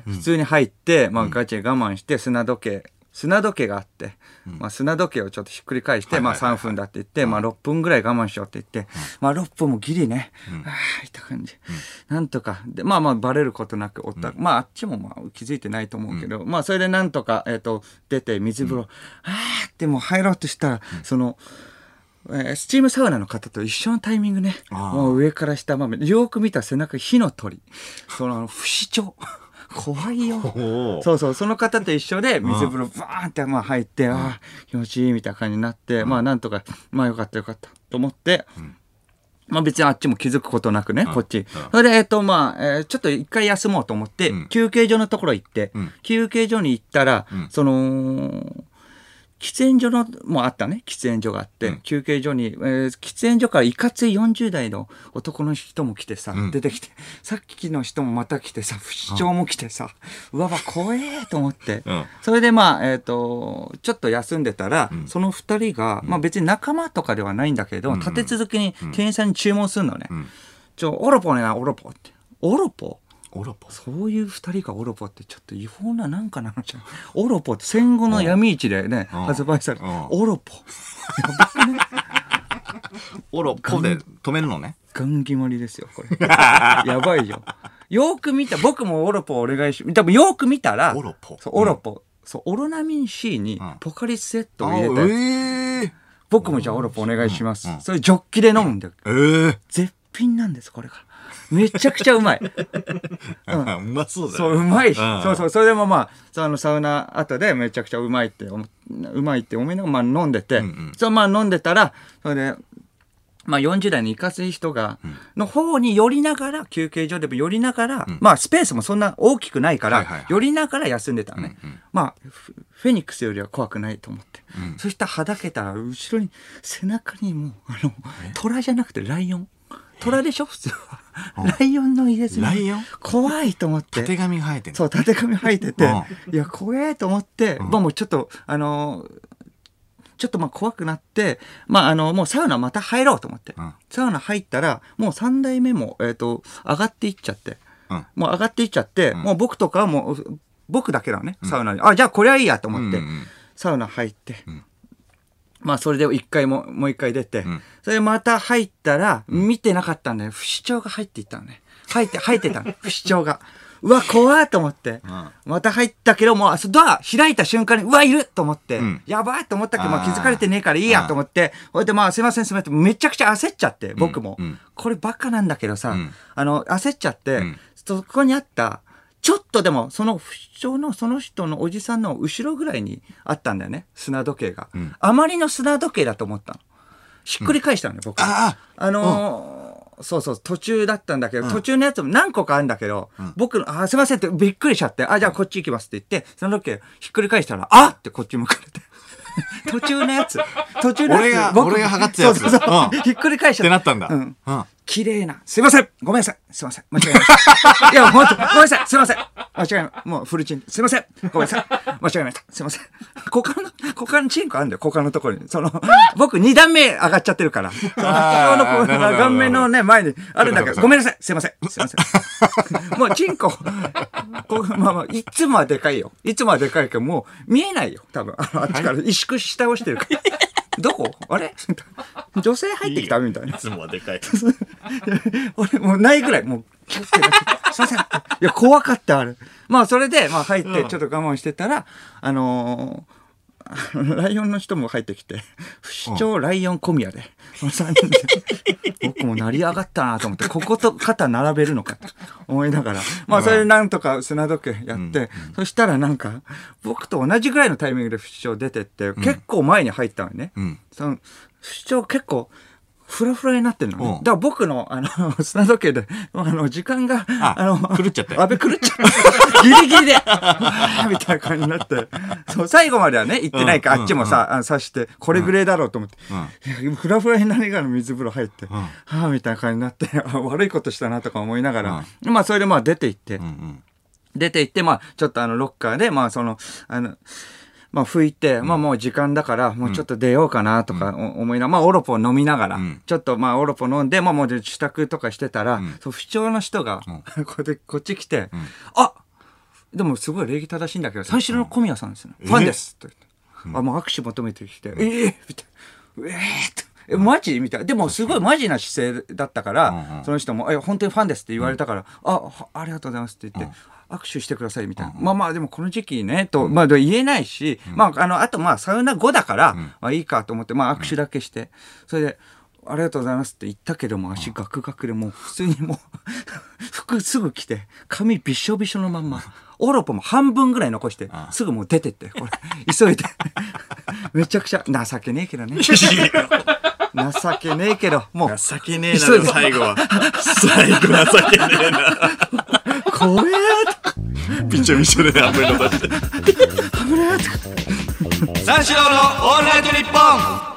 普通に入って、まあ、ガチで我慢して、砂時計、砂時計があって、まあ、砂時計をちょっとひっくり返して、まあ、さんぷんだって言って、まあ、ろっぷんぐらい我慢しようって言って、まあ、ろっぷんもギリね、ああ、いった感じ。なんとか、で、まあまあ、バレることなくおった。まあ、あっちもまあ、気づいてないと思うけど、まあ、それでなんとか、えっと、出て、水風呂、ああってもう入ろうとしたら、その、えー、スチームサウナの方と一緒のタイミングね、もう上から下まで、よく見た背中、火の鳥、その、不死鳥。怖いよ。そうそう、その方と一緒で水風呂バーンってまあ入って、ああ、気持ちいいみたいな感じになって、まあなんとか、まあよかったよかったと思って、まあ別にあっちも気づくことなくね、こっち。それで、えっとまあ、えー、ちょっと一回休もうと思って、休憩所のところ行って、休憩所に行ったら、その、喫煙所のもあったね、喫煙所があって、うん、休憩所に、えー、喫煙所からいかついよんじゅう代の男の人も来てさ、うん、出てきて、さっきの人もまた来てさ、不死鳥も来てさ、うん、うわわ、怖えと思って、うん、それでまあ、えっと、ちょっと休んでたら、うん、その二人が、まあ別に仲間とかではないんだけど、うん、立て続けに店員さんに注文するのね。うん、ちょ、オロポね、オロポって。オロポオロポそういう二人がオロポってちょっと違法ななんかなのじゃん。オロポって戦後の闇市でね、発売された。オロポ。やばくね。 オロポで止めるのね。 ガン決まりですよ、これ。やばいよ。よく見た、僕もオロポお願いし、多分よく見たら、 オロポ。 そう、オロポ。そう、オロナミン C にポカリスエットを入れて、えー、僕もじゃあオロポお願いします。それジョッキで飲むんだよ。えー、絶品なんです、これが。めちゃくちゃうまい。 うん、うまそうだよ。 そう、うまいし。そうそう、それでもまあ、そのサウナ後でめちゃくちゃうまいって、うまいって思いながら、まあ飲んでて、うんうん、そう、まあ飲んでたら、それで、まあよんじゅう代のいかつい人が、の方に寄りながら、休憩所でも寄りながら、うん、まあスペースもそんな大きくないから、はいはいはい、寄りながら休んでたのね。うんうん、まあ、フェニックスよりは怖くないと思って。うん、そしたらはだけたら、後ろに、背中にもう、あの、虎じゃなくてライオン。虎でしょ普通は。ライオンの入れ墨。 ライオン怖いと思って。 たてがみ生えてる。 そう、たてがみ生えてて。いや、怖いと思って、まあもうちょっと、あのー、ちょっとまあ怖くなって、まああの、もうサウナまた入ろうと思って。うん、サウナ入ったら、もうさん代目も、えっと、上がっていっちゃって。うん、もう上がっていっちゃって、うん、もう僕とかはもう、僕だけだね、サウナに。うん、あ、じゃあこれはいいやと思って、うんうん、サウナ入って。うんまあそれで一回も、もう一回出て、うん、それでまた入ったら、見てなかったんだよ。不死鳥が入っていったのね。入って、入ってたの。不死鳥が。うわ、怖いと思って。うん、また入ったけど、もう、ドア開いた瞬間に、うわ、いると思って。うん、やばいと思ったけど、まあ気づかれてねえからいいやと思って。それでまあすいませんすいません。めちゃくちゃ焦っちゃって、僕も。うん、これバカなんだけどさ、うん、あの、焦っちゃって、うん、そこにあった、ちょっとでも、その不死鳥のその人のおじさんの後ろぐらいにあったんだよね。砂時計が。うん、あまりの砂時計だと思ったの。ひっくり返したのよ、うん、僕。ああのー、そうそう、途中だったんだけど、うん、途中のやつも何個かあるんだけど、うん、僕の、あ、すいませんってびっくりしちゃって、あ、じゃあこっち行きますって言って、砂時計ひっくり返したら、あってこっち向かれて。途中のやつ。途中のやつ。 俺が、僕俺が測ってたやつ。 そうそうそう。うん、ひっくり返しちゃった。 ってなったんだ。うん。うん綺麗な。すいませんごめんなさいすいません間違えました。いや、ほんと、ごめんなさいすいません間違えまもうフルチン。すいませんごめんなさい間違えました。すいません。股間の、股間のチンコあるんだよ、股間のところに。その、僕に段目上がっちゃってるから。その、の顔面のね、前にあるんだけど、ごめんなさいすいませんすいません。もうチンコ、こまあまあ、いつもはでかいよ。いつもはでかいけど、もう見えないよ。多分、あのあっちから萎縮下をしてるから。どこあれ女性入ってきたみたいな。 いつもはでかい。 俺もうないぐらい、もう、すいません。いや、怖かった、あれ。まあ、それで、まあ、入って、ちょっと我慢してたら、うん、あのー、ライオンの人も入ってきて、不死鳥ライオン小宮で、そのさんにんで、僕も成り上がったなと思って、ここと肩並べるのかと思いながら、まあそれでなんとか砂時計やって、うんうん、そしたらなんか、僕と同じぐらいのタイミングで不死鳥出てって、うん、結構前に入ったのね。うん、その不死鳥結構、フラフラになってるのね。だから僕の、あの、砂時計で、あの、時間が、 あ, あの、狂っちゃって。 安倍狂っちゃった。ギリギリで、みたいな感じになって。そう、最後まではね、行ってないから、うん、あっちもさ、うん、刺して、これぐらいだろうと思って。うん、フラフラになりながら水風呂入って、うん、はぁ、みたいな感じになって、悪いことしたなとか思いながら、うん、まあ、それでまあ出て行って、うんうん、出て行って、まあ、ちょっとあの、ロッカーで、まあ、その、あの、 まあ拭いて、まあもう時間だから、もうちょっと出ようかなとか思いながら、まあオロポを飲みながら、ちょっとまあオロポ飲んで、まあもう支度とかしてたら、そう不調の人が、こでこっち来て、あでもすごい礼儀正しいんだけど、三四郎の小宮さんですね。ファンですって言って。あ、もう握手求めてきて、ええみたいな。ええー、え、マジみたいな。でもすごいマジな姿勢だったから、その人も、え、本当にファンですって言われたから、あ、ありがとうございますって言って、握手してくださいみたいな。まあまあでもこの時期ね、と、まあ言えないし、まああの、あとまあサウナ後だから、まあいいかと思って、まあ握手だけして、それで、ありがとうございますって言ったけども、足ガクガクでもう普通にもう、服すぐ着て、髪びしょびしょのまんま、オロポも半分ぐらい残して、すぐもう出てって、これ、急いで。めちゃくちゃ、情けねえけどね。情けねえけど、もう。 情けねえな、最後は。最後情けねえな。 怖えびちょびしょで半分残して。危ねえ三四郎のオールナイトニッポン。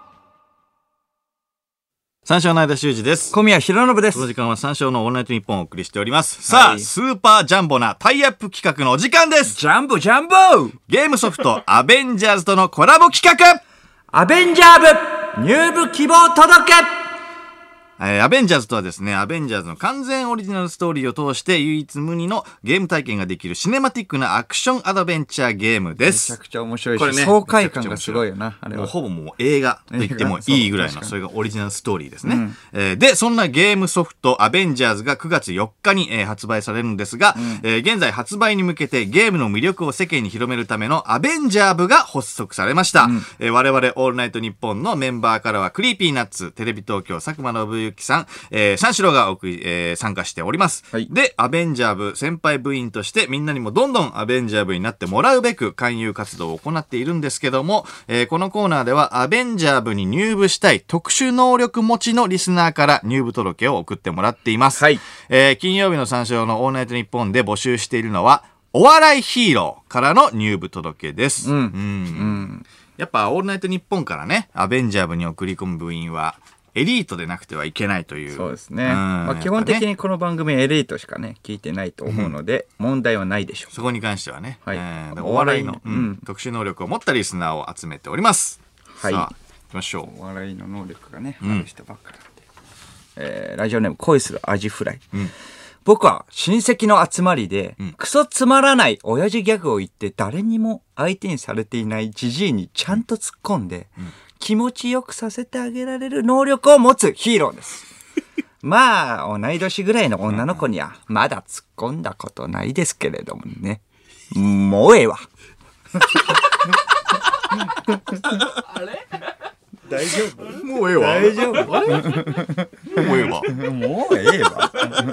三四郎の間修二です。 小宮浩信です。 この時間は三四郎のオールナイトニッポンをお送りしております。さあ、はい、スーパージャンボなタイアップ企画のお時間です。 ジャンボジャンボゲームソフトアベンジャーズとのコラボ企画、 アベンジャー部入部希望届け。 えー、アベンジャーズとはですね、アベンジャーズの完全オリジナルストーリーを通して唯一無二のゲーム体験ができるシネマティックなアクションアドベンチャーゲームです。 めちゃくちゃ面白いし、これね、爽快感がすごいよな。あれはもうほぼもう映画と言ってもいいぐらいの、それがオリジナルストーリーですね。うんえー、で、そんなゲームソフトアベンジャーズがくがつよっかに、えー、発売されるんですが、うんえー、現在発売に向けてゲームの魅力を世間に広めるためのアベンジャー部が発足されました。うんえー、我々オールナイトニッポンのメンバーからはクリーピーナッツ、テレビ東京佐久間信之さん、えーえー、三四郎が送り、えー、参加しております、はい、でアベンジャー部先輩部員としてみんなにもどんどんアベンジャー部になってもらうべく勧誘活動を行っているんですけども、えー、このコーナーではアベンジャー部に入部したい特殊能力持ちのリスナーから入部届を送ってもらっています、はいえー、金曜日の三四郎のオールナイトニッポンで募集しているのはお笑いヒーローからの入部届です、うんうんうん、やっぱオールナイトニッポンからねアベンジャー部に送り込む部員はエリートでなくてはいけないという。 そうですね。うんまあ、基本的にこの番組エリートしかね、聞いてないと思うので、うん、問題はないでしょう。 そこに関してはね。はい、えー、お笑いの、うん、特殊能力を持ったリスナーを集めております。はい。さあ、行きましょう。お笑いの能力がね、ある人ばっかりなんで。えー、ラジオネーム、恋するアジフライ。うん、僕は親戚の集まりで、うん、クソつまらない親父ギャグを言って誰にも相手にされていないジジイにちゃんと突っ込んで、うん気持ちよくさせてあげられる能力を持つヒーローです。まあ、同い年ぐらいの女の子にはまだ突っ込んだことないですけれどもね。もうええわ。 あれ大丈夫もうええわ。 大丈夫あれもうええわ。 もうええわ。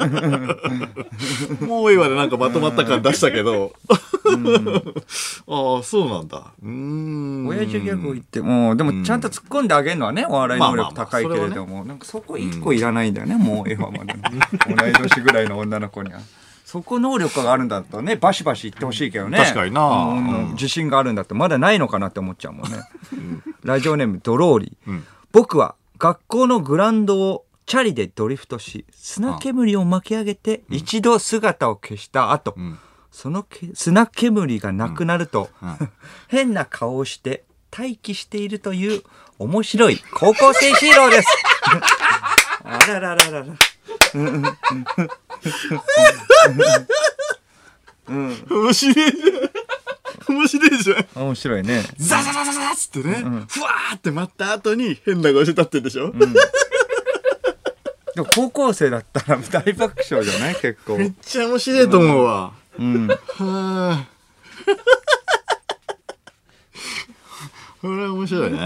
もうええわでなんかまとまった感出したけど。うん、ああ、そうなんだ。うーん。 親父ギャグを言っても、でもちゃんと突っ込んであげるのはね、お笑い能力高いけれども、なんかそこ一個いらないんだよね、もうええわまで。同い年ぐらいの女の子には。そこ能力があるんだったらね、バシバシ言ってほしいけどね。 確かにな、うん、 自信があるんだってまだないのかなって思っちゃうもんね。ラジオネームドローリー、うん、僕は学校のグラウンドをチャリでドリフトし砂煙を巻き上げて一度姿を消した後、うん、その砂煙がなくなると、うんうん、変な顔をして待機しているという面白い高校生ヒーローです。あらららららうん、面白いじゃん面白いじゃん面白いね。 ザザザザザッつってね、うん、ふわーって待った後に変な顔して立ってんでしょ、うん、でも高校生だったら大爆笑じゃない結構めっちゃ面白いと思うわ、うん、はあこれは面白いね、うん、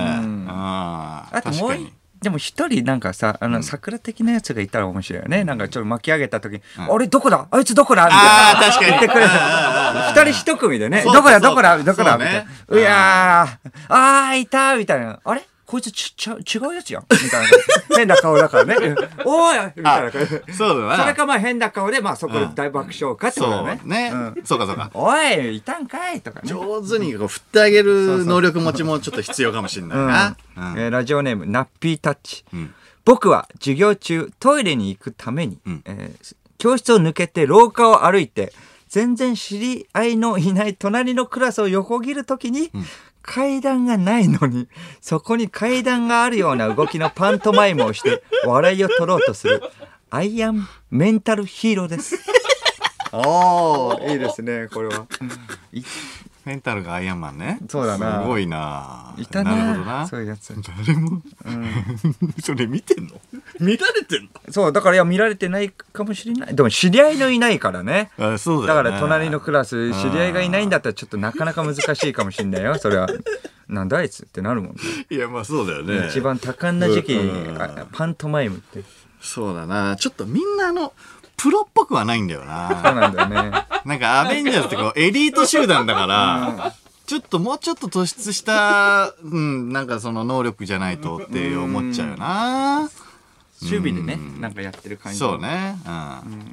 ああともうでも一人なんかさあの桜的なやつがいたら面白いよね、うん、なんかちょっと巻き上げた時に、うん、あれどこだあいつどこだみたいなあ確かに言ってくれる二人一組でねどこだどこだどこだみたいな、いやーあーいたみたいな、あれこいつちち違うやつやんみたいな変な顔だからねおーいみたいな感じ。 そうだな。 それかまあ変な顔でまあそこで大爆笑かってことだね。 そうね、うん、そうかそうか。 おいいたんかいとかね。 上手にこう振ってあげる能力持ちもちょっと必要かもしれないな。 うんうんえー、ラジオネームナッピータッチ、うん、僕は授業中トイレに行くために、うんえー、教室を抜けて廊下を歩いて全然知り合いのいない隣のクラスを横切るときに、うん、階段がないのにそこに階段があるような動きのパントマイムをして笑いを取ろうとするアイアンメンタルヒーローです。ああ、いいですね、これは。 メンタルがアイアンマンね。 そうだな。 すごいな。 いたな。 なるほどな。 そういうやつ。 誰も、うん、それ見てんの？見られてんの？ そう、だからいや見られてないかもしれない。でも知り合いのいないからね。 あ、そうだよね。 だから隣のクラス知り合いがいないんだったらちょっとなかなか難しいかもしれないよ。それは。なんだあいつってなるもんね。 いや、まあそうだよね。 一番多感な時期にパントマイムって。 そうだな。ちょっとみんなあのプロっぽくはないんだよな。 そうなんだよね。 なんかアベンジャーズってこうエリート集団だから、うん、ちょっともうちょっと突出した、うん、なんかその能力じゃないとって思っちゃうよな。 守備でね、なんかやってる感じ。 そうね。 うん。うん、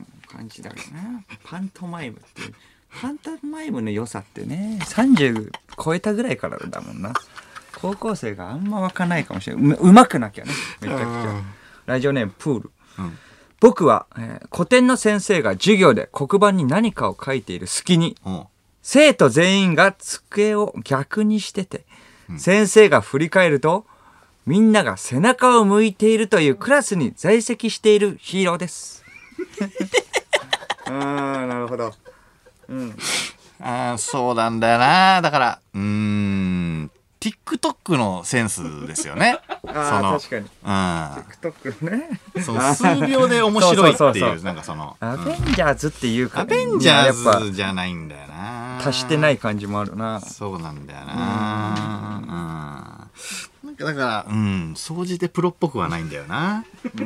感じだよな。パントマイムっていう。パントマイムの良さってね、さんじゅう超えたぐらいからだもんな。高校生があんま湧かないかもしれない。う、うまくなきゃね。めちゃくちゃ。ラジオネームプール。うん、僕は、えー、古典の先生が授業で黒板に何かを書いている隙に、うん、生徒全員が机を逆にしてて、うん、先生が振り返るとみんなが背中を向いているというクラスに在籍しているヒーローです。ああ、なるほど。うん、 あ、そうなんだよな。だからうーん TikTok のセンスですよね。 ああ、確かに。TikTok ね。 その数秒で面白いっていう、なんかその。 アベンジャーズっていうか。 アベンジャーズじゃないんだよな。 足してない感じもあるな。 そうなんだよな。うん。なんかだから、うん、総じてプロっぽくはないんだよな。うん。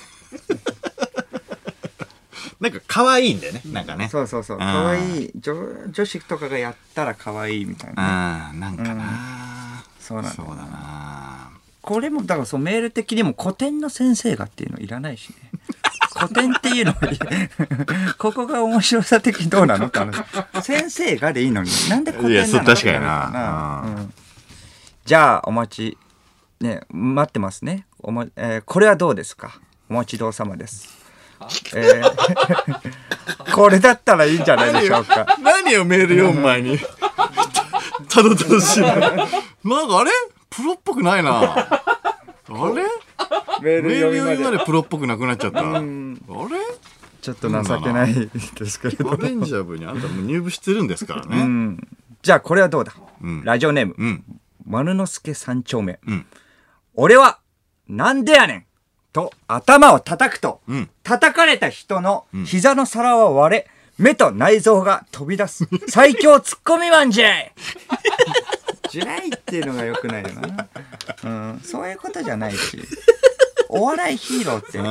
なんか可愛いんだよね、なんかね。 そうそうそう、可愛い女女子とかがやったら可愛いみたいな。 うん、なんかな、うん、 そうなんだ。 そうだな。 これもだからそうメール的にも古典の先生がっていうのいらないしね。古典っていうのここが面白さ的にどうなのかな。先生がでいいのになんで古典なの？いや、そう確かにな。 うん、じゃあお待ちね、待ってますね。おも、えー、これはどうですか？お待ちどうさまです。えー、これだったらいいんじゃないでしょうか。 何をメール読む前にたどたどしいな。なんかあれプロっぽくないな。あれメール読みまでプロっぽくなくなっちゃった。あれちょっと情けないですけれど。 アベンジャー部にあんたも入部してるんですからね。うん、 じゃあこれはどうだ、うん、ラジオネーム、うん、丸之助三丁目、うん、俺はなんでやねんと頭を叩くと、うん、叩かれた人の膝の皿は割れ、目と内臓が飛び出す最強ツッコミマンじゃい。じゃいっていうのが良くないよな、うん、そういうことじゃないし、お笑いヒーローって、うん、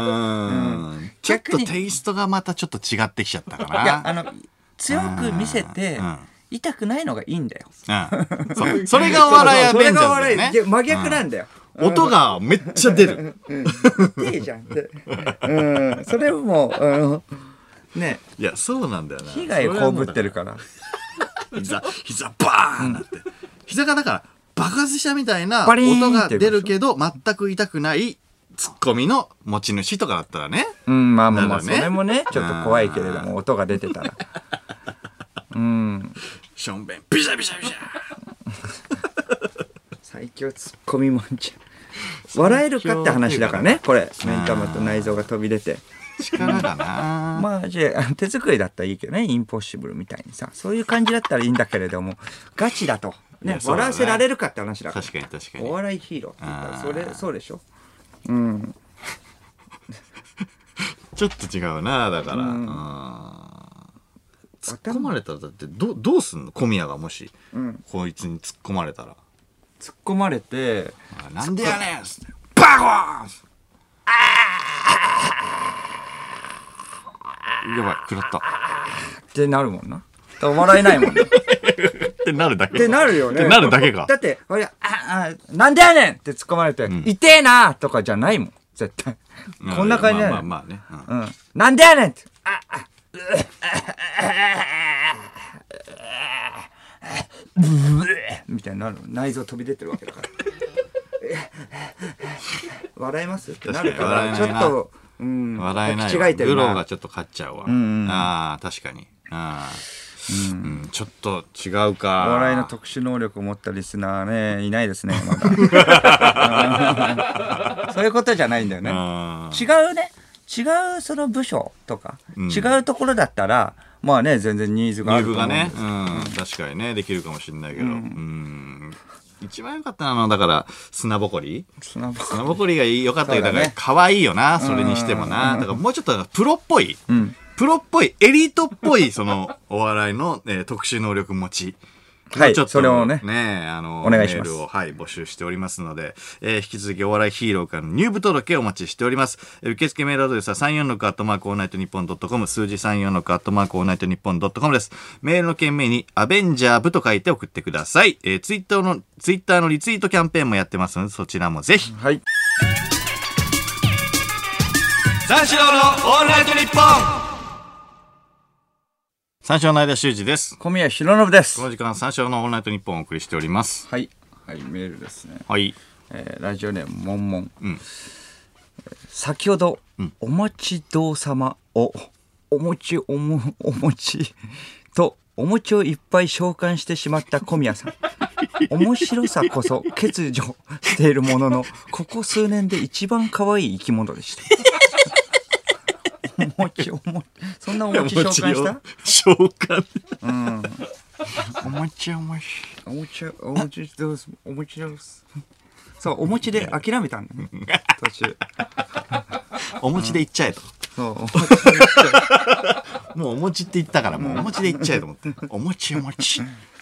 ちょっとテイストがまたちょっと違ってきちゃったかな。 いや、あの強く見せて痛くないのがいいんだよ、 うん、そ, それがお笑いアベンジャーズだよね。 真逆なんだよ、 うん、音がめっちゃ出る。 いいじゃんって、うん、それも、うん、ね、 いやそうなんだよな。 被害被ってるから。 膝膝バーンなって、うん、膝がだから爆発したみたいな音が出るけど全く痛くないツッコミの持ち主とかだったらね。 うん、まあまあまあ、ね、それもねちょっと怖いけれども音が出てたら。うん。 しょんべんビシャビシャビシャ。 最強ツッコミもんじゃん。笑えるかって話だからね、これ。目ん玉と内臓が飛び出て。 力だな。 まあじゃあ手作りだったらいいけどね、インポッシブルみたいにさ、そういう感じだったらいいんだけれども、ガチだとね、ね、笑わせられるかって話だから。 確かに確かに。 お笑いヒーローって言ったらそれそうでしょ。うん。 ちょっと違うな、だから。うん、突っ込まれたらだってどどうすんの？小宮がもし、うん、こいつに突っ込まれたら。 突っ込まれて、 なんでやねんっつってバコーン。やばい、食らったってなるもんな。笑えないもんね。 ってなるだけ。 ってなるよね。 ってなるだけか。 だってあああなんでやねんって突っ込まれて、うん、痛えなとかじゃないもん絶対。こんな感じだよ。 まあまあまあね。 うん。うん、なんでやねんって。ああみたいになる。内臓飛び出てるわけだから。笑えますってなるからちょっと、うん、 笑えないわ。グローがちょっと勝っちゃうわ。うんうん、ああ確かに。 あうんうん、ちょっと違うか。 お笑いの特殊能力を持ったリスナーねいないですねまだそういうことじゃないんだよね。違うね違うその部署とか、うん、違うところだったらまあね全然ニーズがあると思うんです。 ニーズがね、うん、確かにねできるかもしれないけど、うん、うん一番良かったのはだから砂ぼこり砂ぼこり砂ぼこりが良かったけど、ね、だから可愛いよなそれにしてもな。だからもうちょっとプロっぽい、うん、プロっぽいエリートっぽいそのお笑いの、えー、特殊能力持ちはい、ちょっとそれをね、ねあのお願いします。メールを、はい、募集しておりますので、えー、引き続きお笑いヒーローからの入部届お待ちしております。受付メールアドレスはさんよんろくアットマークオールナイトニッポンドットコム、数字さんよんろくアットマークオールナイトニッポンドットコムです。メールの件名にアベンジャー部と書いて送ってください。えー、ツイッターのツイッターのリツイートキャンペーンもやってますのでそちらもぜひ。はい。三四郎のオールナイトニッポン。三四郎の間修二です。 小宮浩信です。 この時間三四郎のオールナイトニッポンをお送りしております。 はい、はい、メールですね。 はい、 えー、ラジオネームもんもん、うん、先ほど、うん、お待ちどうさまをお餅おもお餅とお餅をいっぱい召喚してしまった小宮さん面白さこそ欠如しているもののここ数年で一番可愛い生き物でしたお餅お餅そんなお餅召喚した召喚うんお餅お餅お餅お餅どうすお餅どうすそうお餅で諦めたんだね途中お餅でいっちゃえと、 うん、そうお餅でいっちゃえもうお餅って言ったからもうお餅でいっちゃえと思ってお餅お餅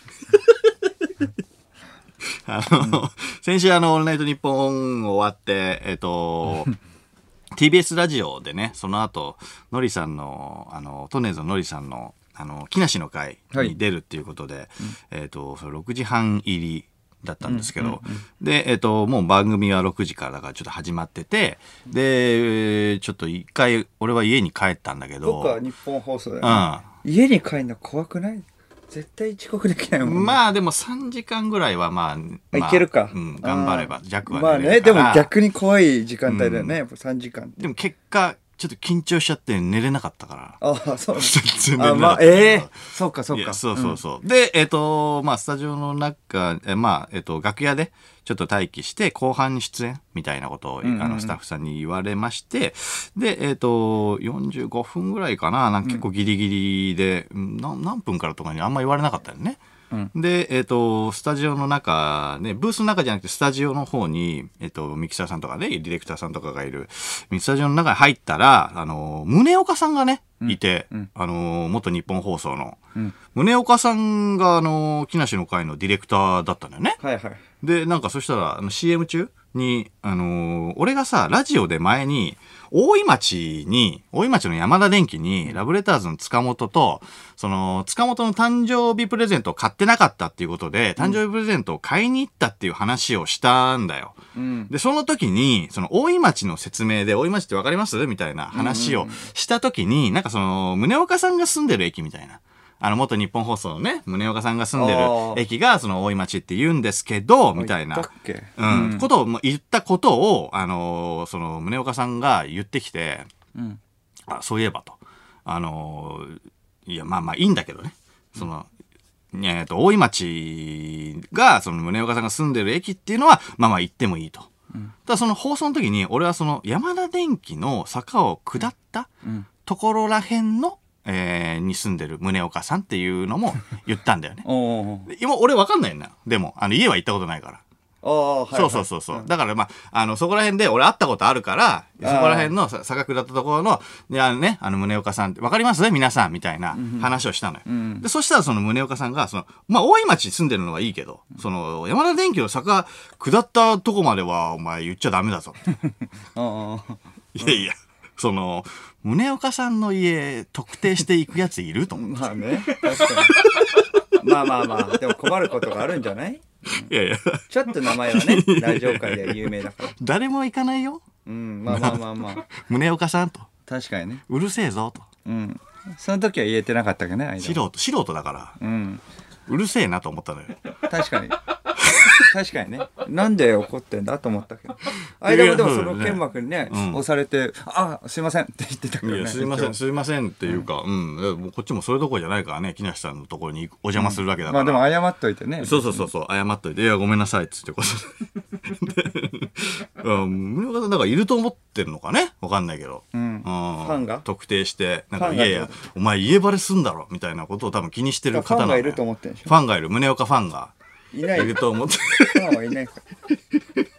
あの、うん、先週あのオールナイトニッポン終わってえっとティービーエス ラジオでねその後のりさんのあのトンネルズののりさんのあの木梨の会に出るっていうことで、はいえー、とそろくじはん入りだったんですけど、うんうんうん、で、えー、ともう番組はろくじからだからちょっと始まっててでちょっと一回俺は家に帰ったんだけど僕は日本放送だよね、うん、家に帰るの怖くない？絶対遅刻できないもん、ね、 まあでもさんじかんぐらいはまあ、まあ、 いけるか、 うん、頑張れば弱はまあねでも逆に怖い時間帯だよね、うん、さんじかんでも結果ちょっと緊張しちゃって寝れなかったからああそう全然寝れなかったあ、まあ、 ええー、そうかそうかそうそうそう、うん、でえっ、ー、とまあスタジオの中えまあえっ、ー、と楽屋でちょっと待機して後半に出演みたいなことを、うんうんうん、あのスタッフさんに言われましてでえっ、ー、とよんじゅうごふんぐらいかななんか結構ギリギリで、うん、な何分からとかにあんま言われなかったよね。うん、で、えっ、ー、と、スタジオの中、ね、ブースの中じゃなくてスタジオの方に、えっ、ー、と、ミキサーさんとかね、ディレクターさんとかがいる、ミキサーの中に入ったら、あの、宗岡さんがね、いて、うん、あの、元日本放送の、うん、宗岡さんが、あの、木梨の会のディレクターだったんだよね。 はいはい。 で、なんかそしたら、あの シーエム 中に、あの、俺がさ、ラジオで前に、大井町に、大井町の山田電機に、ラブレターズの塚本と、その、塚本の誕生日プレゼントを買ってなかったっていうことで、誕生日プレゼントを買いに行ったっていう話をしたんだよ。うん、で、その時に、その、大井町の説明で、大井町ってわかりますみたいな話をした時に、なんかその、宗岡さんが住んでる駅みたいな。あの、元日本放送のね、宗岡さんが住んでる駅が、その、大井町って言うんですけど、みたいな、うん、うん、ことを、言ったことを、あのー、その、宗岡さんが言ってきて、うん、あ、そういえばと。あのー、いや、まあまあいいんだけどね。その、えっと、大井町が、その、宗岡さんが住んでる駅っていうのは、まあまあ言ってもいいと。うん、ただその放送の時に、俺はその、山田電機の坂を下ったところらへんの、えー、に住んでる宗岡さんっていうのも言ったんだよね。今俺分かんないんだよ。でもあの家は行ったことないから。 はいはい、 そうそうそうそう、うん、だからまああのそこら辺で俺会ったことあるからそこら辺の坂下ったところのいやねあの宗岡さんって分かります皆さんみたいな話をしたのよ。うん、でそしたらその宗岡さんがそのまあ大井町に住んでるのはいいけどその山田電機の坂下ったとこまではお前言っちゃダメだぞ。いやいやその宗岡さんの家特定していくやついると思う。 まあね確かにまあまあまあでも困ることがあるんじゃない？ いやいやちょっと名前はねラジオ界で有名だから誰も行かないよ。 うんまあまあまあまあ宗岡さんと確かにねうるせえぞと。 うんその時は言えてなかったけどね素人素人だから、うん、うるせえなと思ったのよ。 確かに確かにね。なんで怒ってんだと思ったけど。間もでもその剣幕にね、押されて、あ、すいませんって言ってたからね。 すいません、すいませんっていうか、うん、こっちもそれどころじゃないからね、木梨さんのところにお邪魔するわけだから。 まあでも謝っといてね。 そうそうそうそう、謝っといて、いや、ごめんなさいっつってことで。宗岡さん、だからいると思ってるのかね、わかんないけど。ファンが特定して、なんか、いやいや、お前家バレすんだろみたいなことを多分気にしてる方なんだよ。 ファンがいると思ってるでしょ。 ファンがいる、宗岡ファンが。 いない。 いると思って。 ファンはいないから。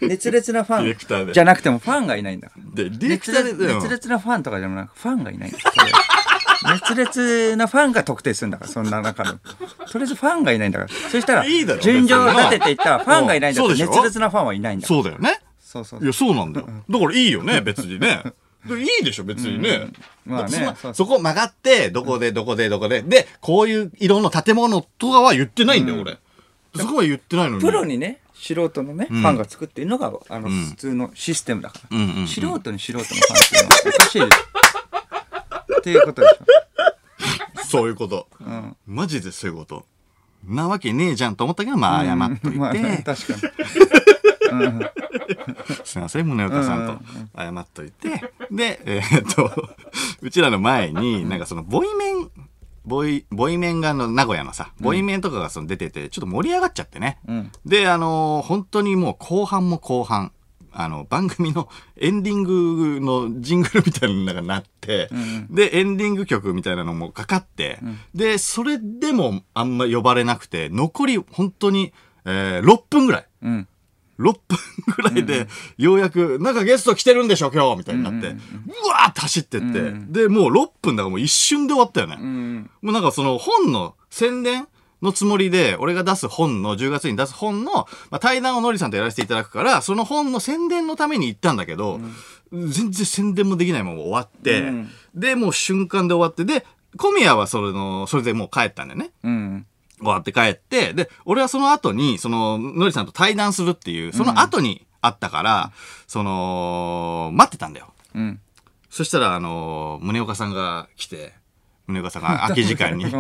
熱烈なファンじゃなくてもファンがいないんだから。 で、ディレクターで。 熱烈なファンとかでもなく、ファンがいないんだ。熱烈なファンが特定するんだから、そんな中の。とりあえずファンがいないんだから。そしたら、順序を立てていったら、ファンがいないんだから、熱烈なファンはいないんだ。 そうだよね。 そうそう。 いや、そうなんだよ。だからいいよね、別にね。いいでしょ、別にね。まあね。そこ曲がって、どこで、どこで、どこで。で、こういう色の建物とかは言ってないんだよ、俺。そこは言ってないのに。 プロにね、素人のね、ファンが作っているのが、あの、普通のシステムだから。素人に素人のファンっていうのはおかしいです。っていうことでしょ。 そういうこと。マジでそういうこと。なわけねえじゃんと思ったけど、まあ謝っといて。 確かに。 すいません、宗岡さんと謝っといて。で、えっと、うちらの前に、なんかその、ボイメン、ボイ、ボイメンがあの、名古屋のさ、ボイメンとかがその出てて、ちょっと盛り上がっちゃってね。で、あの、本当にもう後半も後半、あの、番組のエンディングのジングルみたいなのがなって、で、エンディング曲みたいなのもかかって、で、それでもあんま呼ばれなくて、残り本当に、えー、ろっぷんぐらい。ろっぷんぐらいで、ようやく、なんかゲスト来てるんでしょ、今日みたいになって、うわーって走ってって、で、もうろっぷんだからもう一瞬で終わったよね。もうなんかその本の宣伝のつもりで、俺が出す本の、じゅうがつに出す本の、まあ、対談をのりさんとやらせていただくから、その本の宣伝のために行ったんだけど、全然宣伝もできないまま終わって、で、もう瞬間で終わって、で、小宮はそれの、それでもう帰ったんだよね。終わって帰って、で、俺はその後に、その、のりさんと対談するっていう、その後に会ったから、うん、その、待ってたんだよ。うん。そしたら、あの、宗岡さんが来て、宗岡さんが空き時間に。お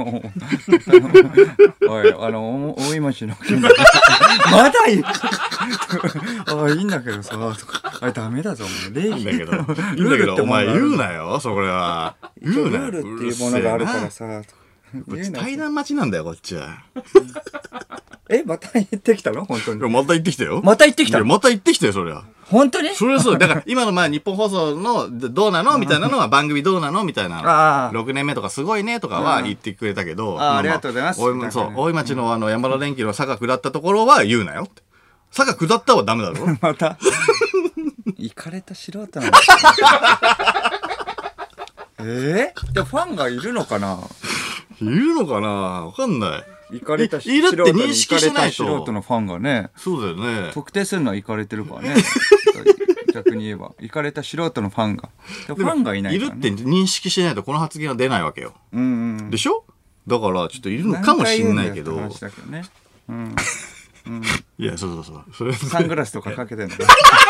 い、あの、大井町の件だ。まだいいあ、いいんだけどさ、あれダメだぞ、もう。礼儀だけど、いいんだけど、お前言うなよ、それは。言うなよ。 ルールっていうものがあるからさ。 こっち対談待ちなんだよ、こっちは。 え、また行ってきたの本当に。 また行ってきたよ。 また行ってきたまた行ってきたよ、そりゃ。 本当にそれはそう。だから、今のまあ、日本放送のどうなのみたいなのは、番組どうなのみたいな。ろくねんめとかすごいねとかは言ってくれたけど。 ありがとうございます。 そう、大井町のあの、山田電機の坂下ったところは言うなよって。坂下ったはダメだろまた。行かれた素人なんだ。えー、でファンがいるのかないるのかなわかんない。 行かれたいるって認識しないと。 素人のファンがね。 そうだよね。 特定するのは行かれてるからね。逆に言えば。行かれた素人のファンが。ファンがいないから、ね。 いるって認識しないとこの発言は出ないわけよ。 うんうん。 でしょだからちょっといるのかもしんないけど。 何回言うんだよって話だけどね。うんうん、いやそうそうそうそれサングラスとかかけてんの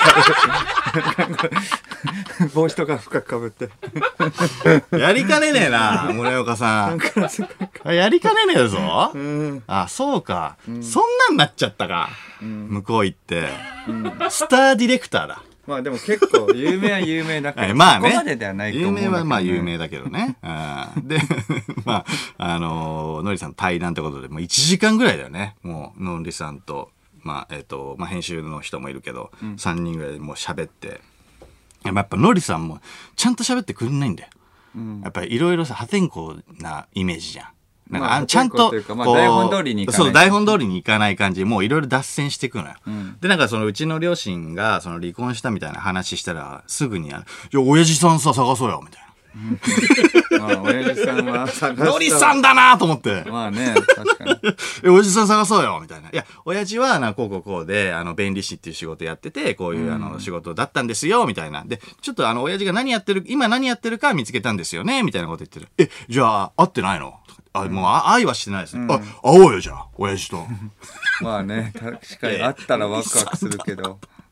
帽子とか深くかぶってやりかねねえな宗岡さんやりかねねえぞ、うん、あそうか、うん、そんなんなっちゃったか、うん、向こう行って、うん、スターディレクターだ。 まあでも結構有名は有名だからまあね、 そこまでではないと思うんだけど、 ね、有名はまあ有名だけどねでまああのー、のりさん対談ってことでもういちじかんぐらいだよね。もうのりさんとまあえっ、ー、とまあ編集の人もいるけど、うん、さんにんぐらいでもう喋って、やっぱのりさんもちゃんと喋ってくれないんだよ、うん、やっぱりいろいろさ破天荒なイメージじゃん。なんか、まあ、ちゃんとまあ、台本通りにいかない、 そう台本通りにいかない感じでもういろいろ脱線していくのよ、うん、でなんかそのうちの両親がその離婚したみたいな話したらすぐに「いや親父さんさ探そうよ」みたいな。 まあ親父さんは探すのりさんだなと思ってまあね確かにえ親父さん探そうよみたいな。いや親父はなこうこうこうであの弁理士っていう仕事やっててこういう、うん、あの仕事だったんですよみたいな。でちょっとあの親父が何やってる今何やってるか見つけたんですよねみたいなこと言ってる。えじゃあ会ってないのあ、もう愛はしてないですね、うん、あ会おうよじゃあ親父とまあね確かに会ったらワクワクするけど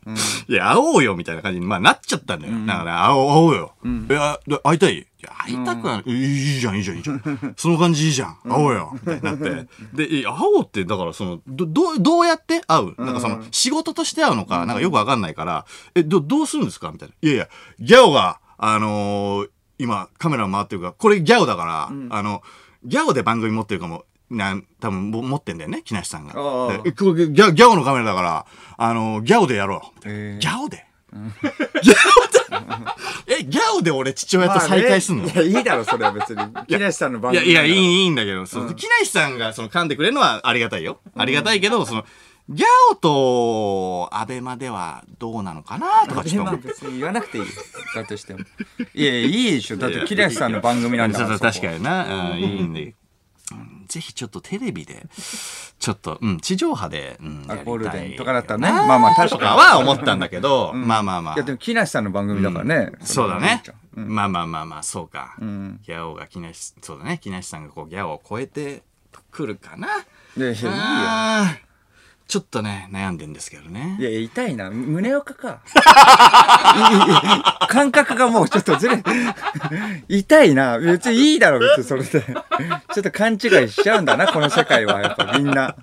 いや、会おうよみたいな感じに、まあ、なっちゃったんだよ。だから、会おう、会おうよ。いや、会いたい？いや、会いたくはない。いいじゃん、いいじゃん、いいじゃん。その感じいいじゃん。会おうよ。みたいになって。で、会おうって、だから、その、ど、どう、どうやって会う？なんかその、仕事として会うのか、なんかよくわかんないから、え、ど、どうするんですかみたいな。いやいや、ギャオが、あのー、今、カメラ回ってるから、これギャオだから、あの、ギャオで番組持ってるかも。な多分持ってんだよね、木梨さんが。でこれギャギャオのカメラだから、あの、ギャオでやろう。えー、ギャオで、うん、ギャオでえ、ギャオで俺父親と再会すんの？ まあね、いや、いいだろ、それは別に。木梨さんの番組。 いや、いや、いい、いいんだけど、その、うん、木梨さんがその噛んでくれるのはありがたいよ。ありがたいけど、うん、その、ギャオとアベマではどうなのかなとかちょっと思って。 別に言わなくていい。だとしても。いやいや、いいでしょ。だって木梨さんの番組なんだから。 確かにな。うん、いいんで。ぜひちょっとテレビで、ちょっと、うん、地上波で、うん、 ゴールデンとかだったらね。まあまあ確かに。 とかは思ったんだけど、うん、まあまあまあ。 いやでも木梨さんの番組だからね。 うん、そうだね。うん、まあまあまあまあ、そうか。うん、ギャオが木梨、そうだね。木梨さんがこうギャオを超えてくるかな。いやいや、いいよ。ちょっとね、悩んでんですけどね。 いやいや、痛いな。胸岡か。感覚がもうちょっとずれ、痛いな。別にいいだろ、別にそれで。ちょっと勘違いしちゃうんだな、この世界は。やっぱみんな。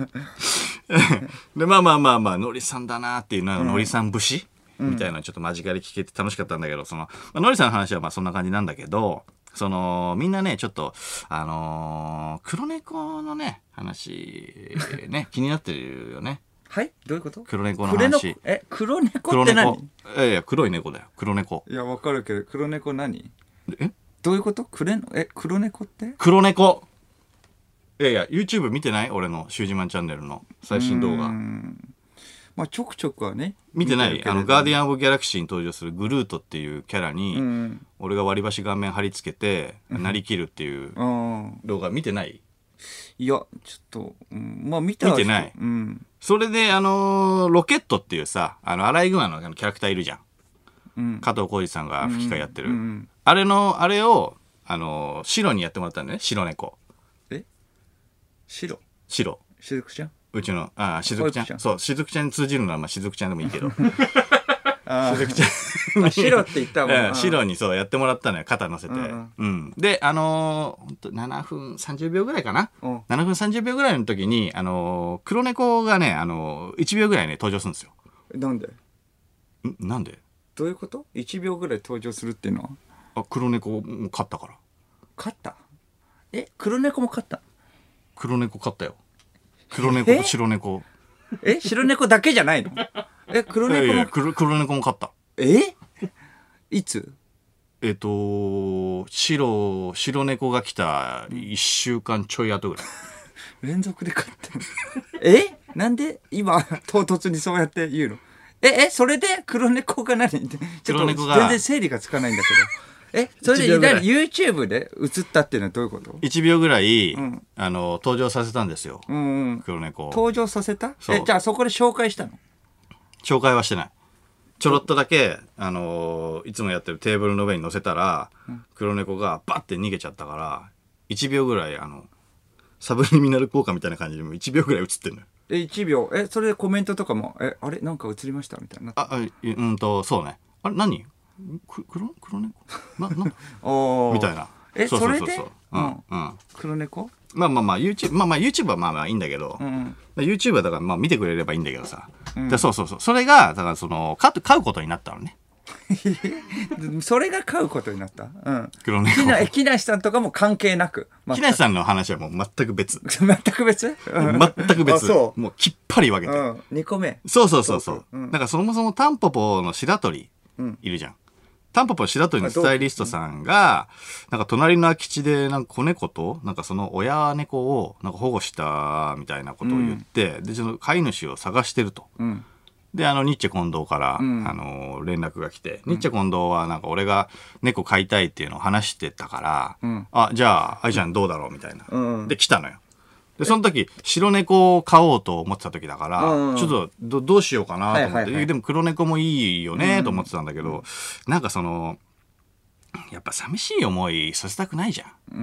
で、まあまあまあまあ、のりさんだなっていうのは、のりさん節、うん、みたいなのちょっと間近で聞けて楽しかったんだけど、その、まあ、のりさんの話はまあそんな感じなんだけど、その、みんなね、ちょっと、あのー、黒猫のね、話、ね、気になってるよね。 はいどういうこと？ 黒猫の話。 え、黒猫って何？ いやいや、黒い猫だよ。黒猫。 いや、わかるけど、黒猫何？えどういうこと？黒え、黒猫って黒猫。いやいや、YouTube 見てない？俺のシュージマンチャンネルの最新動画。 まあ、ちょくちょくはね。 見てない？あの、ガーディアン・オブ・ギャラクシーに登場するグルートっていうキャラに、俺が割り箸顔面貼り付けて、なりきるっていう動画見てない？ いや、ちょっと、うん、まあ見た見てない。うん。それで、あのー、ロケットっていうさ、あの、アライグマのキャラクターいるじゃん。うん、加藤浩次さんが吹き替えやってる。うんうん、あれの、あれを、あのー、白にやってもらったんだね、白猫。 え白白。 しずくちゃんうちの、ああ、しずくちゃん。そう、しずくちゃんに通じるのは、まあ、しずくちゃんでもいいけど。しずくちゃん。 白って言ったもん。 白にそうやってもらったのよ、肩乗せて。うん、うん。で、あのー、ほんとななふんさんじゅうびょうぐらいかな。うん、ななふんさんじゅうびょうぐらいの時に、あのー、黒猫がね、あのー、いちびょうぐらいね、登場するんですよ。 なんで？ んなんで？ どういうこと？ いち 秒ぐらい登場するっていうのは？ あ、黒猫も勝ったから。 勝った？え、黒猫も勝った？ 黒猫勝ったよ。黒猫と白猫。 え、白猫だけじゃないの？え、黒猫も。いやいや黒、黒猫も勝った。 え？いつ？ えっと、白、白猫が来たいっしゅうかんちょい後ぐらい。 連続で勝った。え？なんで今、唐突にそうやって言うの？え、え、それで黒猫が何？ちょっと全然整理がつかないんだけど。え、それで YouTube で映ったっていうのはどういうこと？ いちびょうぐらい、うん、あの登場させたんですよ、うんうん、黒猫登場させた？え、じゃあそこで紹介したの？ 紹介はしてない。ちょろっとだけ、あのー、いつもやってるテーブルの上に乗せたら、うん、黒猫がバッて逃げちゃったからいちびょうぐらいあのサブリミナル効果みたいな感じでもいちびょうぐらい映ってるのよ。 え、いちびょう？え、それでコメントとかも、え、あれなんか映りましたみたいな。 あ、うんとそうね。あれ何？く黒黒猫ななんだみたいな。 え、それでうんうん、黒猫まあまあまあ YouTube まあまあ YouTube はまあまあいいんだけど、うんうん、YouTube はだからまあ見てくれればいいんだけどさ、うん、でそうそうそうそれがだからその飼うことになったのね。 それが飼うことになった、うん、 黒猫。 木梨さんとかも関係なく木梨さんの話はもう全く別。 全く別、 うん、全く別。もうきっぱり分けて、うん、 にこめ。 そうそうそうそう、うん、だからそもそもタンポポの白鳥いるじゃん、うん、タンポポ白鳥のスタイリストさんがなんか隣の空き地でなんか子猫となんかその親猫をなんか保護したみたいなことを言って、うん、でその飼い主を探してると、うん、であのニッチェ近藤から、うん、あの連絡が来て、うん、ニッチェ近藤はなんか俺が猫飼いたいっていうのを話してたから、うん、あじゃあ愛ちゃんどうだろうみたいな、うん、で来たのよ。でその時白猫を飼おうと思ってた時だから、うん、ちょっと ど, どうしようかなと思って、はいはいはい、でも黒猫もいいよねと思ってたんだけど、うん、なんかそのやっぱ寂しい思いさせたくないじゃん、うん、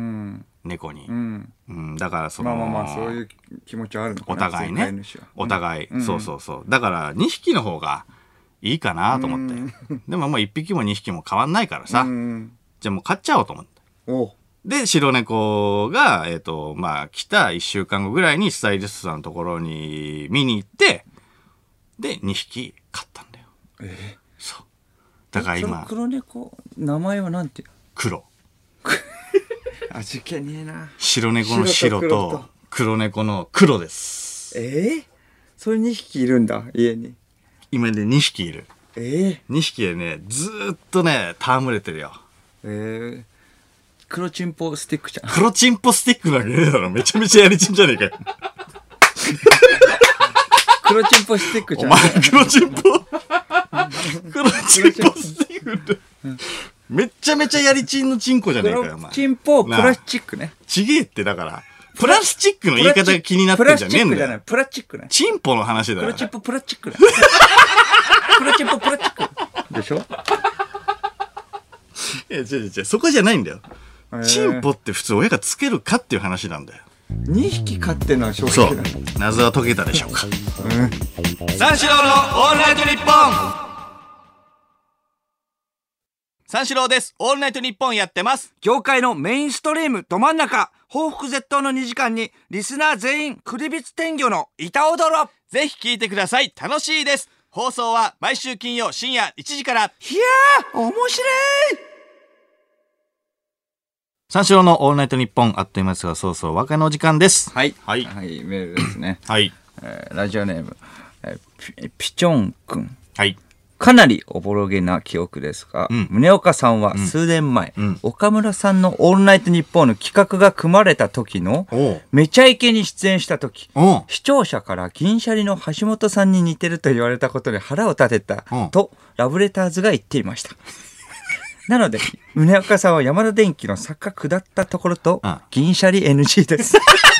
猫に、うんうん、だからそのまあまあまあそういう気持ちはあるのかな、 お互いねお互い、うん、そうそうそうだからにひきの方がいいかなと思って。でももういっぴきもにひきも変わんないからさ。じゃあもう買っちゃおうと思って。 おで、白猫が、えっ、ー、と、まあ、来たいっしゅうかんごぐらいにスタイリストさんのところに見に行って、で、にひき買ったんだよ。 えー、 そう。だから今。 黒猫、名前はなんて？ 黒。 味気ねえな。 白猫の白と黒猫の黒です。 えー、それにひきいるんだ、家に。 今ね、にひきいる。 えー、 にひきでね、ずーっとね、戯れてるよ。 えー、黒チンポスティックじゃん。 黒チンポスティックなわけねえだろ。めちゃめちゃやりちんじゃねえかよ。 黒チンポスティックじゃん。 お前黒チンポ黒チンポスティックめっちゃめちゃやりちんのチンコじゃねえかよ、お前。 黒チンポプラスチックね。 ちげえってだから。プラスチックの言い方が気になってんじゃねえんだよ。 プラスチックね。 チンポの話だよ。 黒チンポプラスチックね。黒チンポプラスチックでしょ。 いや違う違う、そこじゃないんだよ。チンポって普通親がつけるかっていう話なんだよ。 にひき飼ってんのは衝撃だ。 そう。謎は解けたでしょうか。うん。三四郎のオールナイトニッポン。三四郎です。オールナイトニッポンやってます。 業界のメインストリームど真ん中、報復絶倒のにじかんにリスナー全員クリビツ天魚の板踊ろ。 ぜひ聞いてください。楽しいです。放送は毎週金曜深夜いちじから。いやー面白い。 三四郎のオールナイトニッポン、あっという間ですが、そうそうお別れのお時間です。 はいはい、はい、メールですね。 はい、 えー、ラジオネーム、えー、ピ, ピチョンくん。 はい。 かなりおぼろげな記憶ですが、うん、宗岡さんは数年前、うん、岡村さんのオールナイトニッポンの企画が組まれた時のめちゃイケに出演した時、視聴者から銀シャリの橋本さんに似てると言われたことに腹を立てたとラブレターズが言っていました。なので宗岡さんは山田電機の作家下ったところと銀シャリ エヌジー です。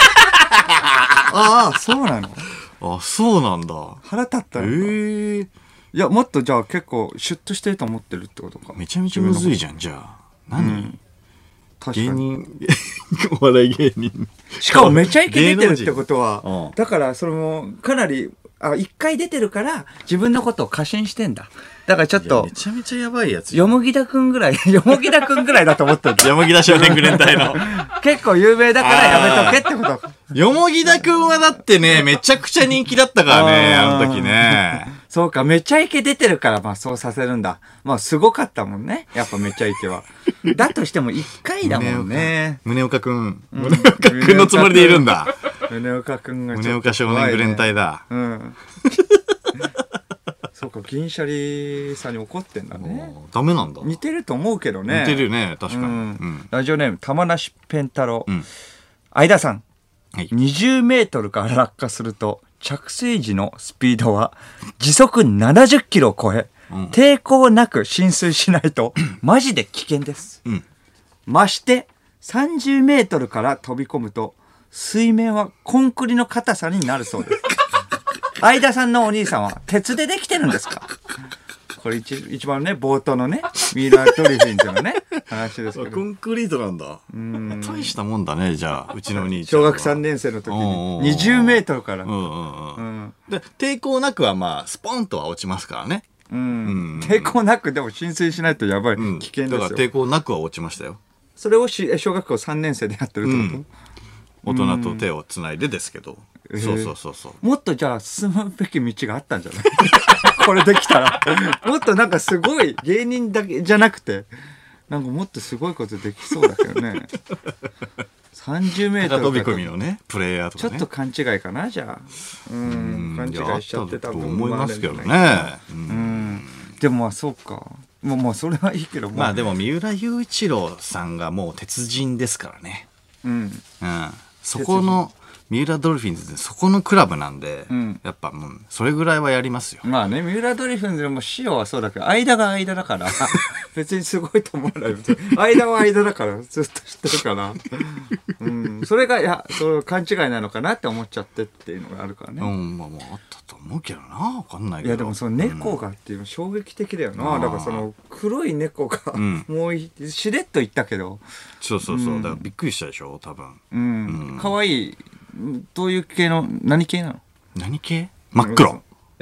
ああそうなの。 あそうなんだ。 腹立ったのか。 えーいやもっとじゃあ結構シュッとしてると思ってるってことか。 めちゃめちゃむずいじゃん。じゃあ何、うん、 確かに芸人お笑い芸人しかもめちゃイケ出てるってことは、だからそれもかなりあ一回出てるから自分のことを過信してんだ。だからちょっとめちゃめちゃやばいやつ。 よもぎだくんぐらいよもぎだくんぐらいだと思ってる。 よもぎだ少年グレン隊の結構有名だからやめとけってこと。 よもぎだくんはだってねめちゃくちゃ人気だったからねあの時ね。 そうかめちゃイケ出てるからまあそうさせるんだ。まあすごかったもんねやっぱめちゃイケは。だとしてもいっかいだもんね。 宗岡くん宗岡くんのつもりでいるんだ。 宗岡くんが宗岡少年グレン隊だ。 うん。そうか銀シャリさんに怒ってんだね。 ダメなんだ。 似てると思うけどね。 似てるね確かに、うんうん、ラジオネーム玉梨ペンタロウ、 うん、 相田さん、 はい、 にじゅうメートルから落下すると着水時のスピードは時速ななじゅっキロを超え、うん、抵抗なく浸水しないとマジで危険です、 うん、 ましてさんじゅうメートルから飛び込むと水面はコンクリの硬さになるそうです。相田さんのお兄さんは鉄でできてるんですか。これ 一, 一番ね冒頭のねミイラドリフィンズのね話ですけどコンクリートなんだ。うん大したもんだね。じゃあうちの兄ちゃんは小学さんねん生の時ににじゅうメートルから、 うんうんうん、で抵抗なくはまあスポンとは落ちますからね。 うん、うん、抵抗なくでも浸水しないとやばい、うん、危険ですよ。 だから抵抗なくは落ちましたよ。 それをし小学校さんねん生でやってるってこと、 うん、大人と手をつないでですけど、うん、そうそうそうそうもっとじゃあ進むべき道があったんじゃないこれできたらもっとなんかすごい芸人だけじゃなくてなんかもっとすごいことできそうだけどね。さんじゅうメートル飛び込みのねプレイヤーとかねちょっと勘違いかなじゃあうん勘違いしちゃってたと思いますけどね。 うん、うん、でもまあそうかもうもうそれはいいけどまあでも三浦雄一郎さんがもう鉄人ですからね。 うん、うん、 そこの三浦ドルフィンズってそこのクラブなんで、 うん、 やっぱもうそれぐらいはやりますよ。 まあね三浦ドルフィンズも塩はそうだけど間が間だから別にすごいと思わない。間は間だからずっと知ってるから、うん、それがいやそう勘違いなのかなって思っちゃってっていうのがあるからね。 うんまあまああったと思うけどな分かんないけど。 いやでもその猫がっていうの衝撃的だよな、うん、だからその黒い猫が、うん、もうしれっと言ったけどそうそうそう、うん、だからびっくりしたでしょ多分。 うん可愛、うん、いどういう系の何系なの？ 何系？真っ黒。 え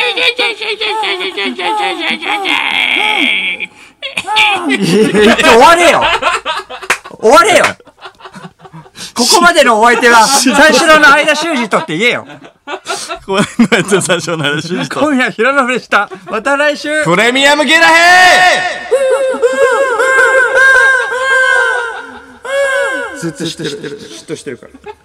終われよ終われよここまでのお相手は三四郎の間修二とって言えよ。 このやつ三四郎の間修二と。 今夜平野でした。また来週。 プレミアムゲラヘーずっと嫉妬してる。嫉妬してるから。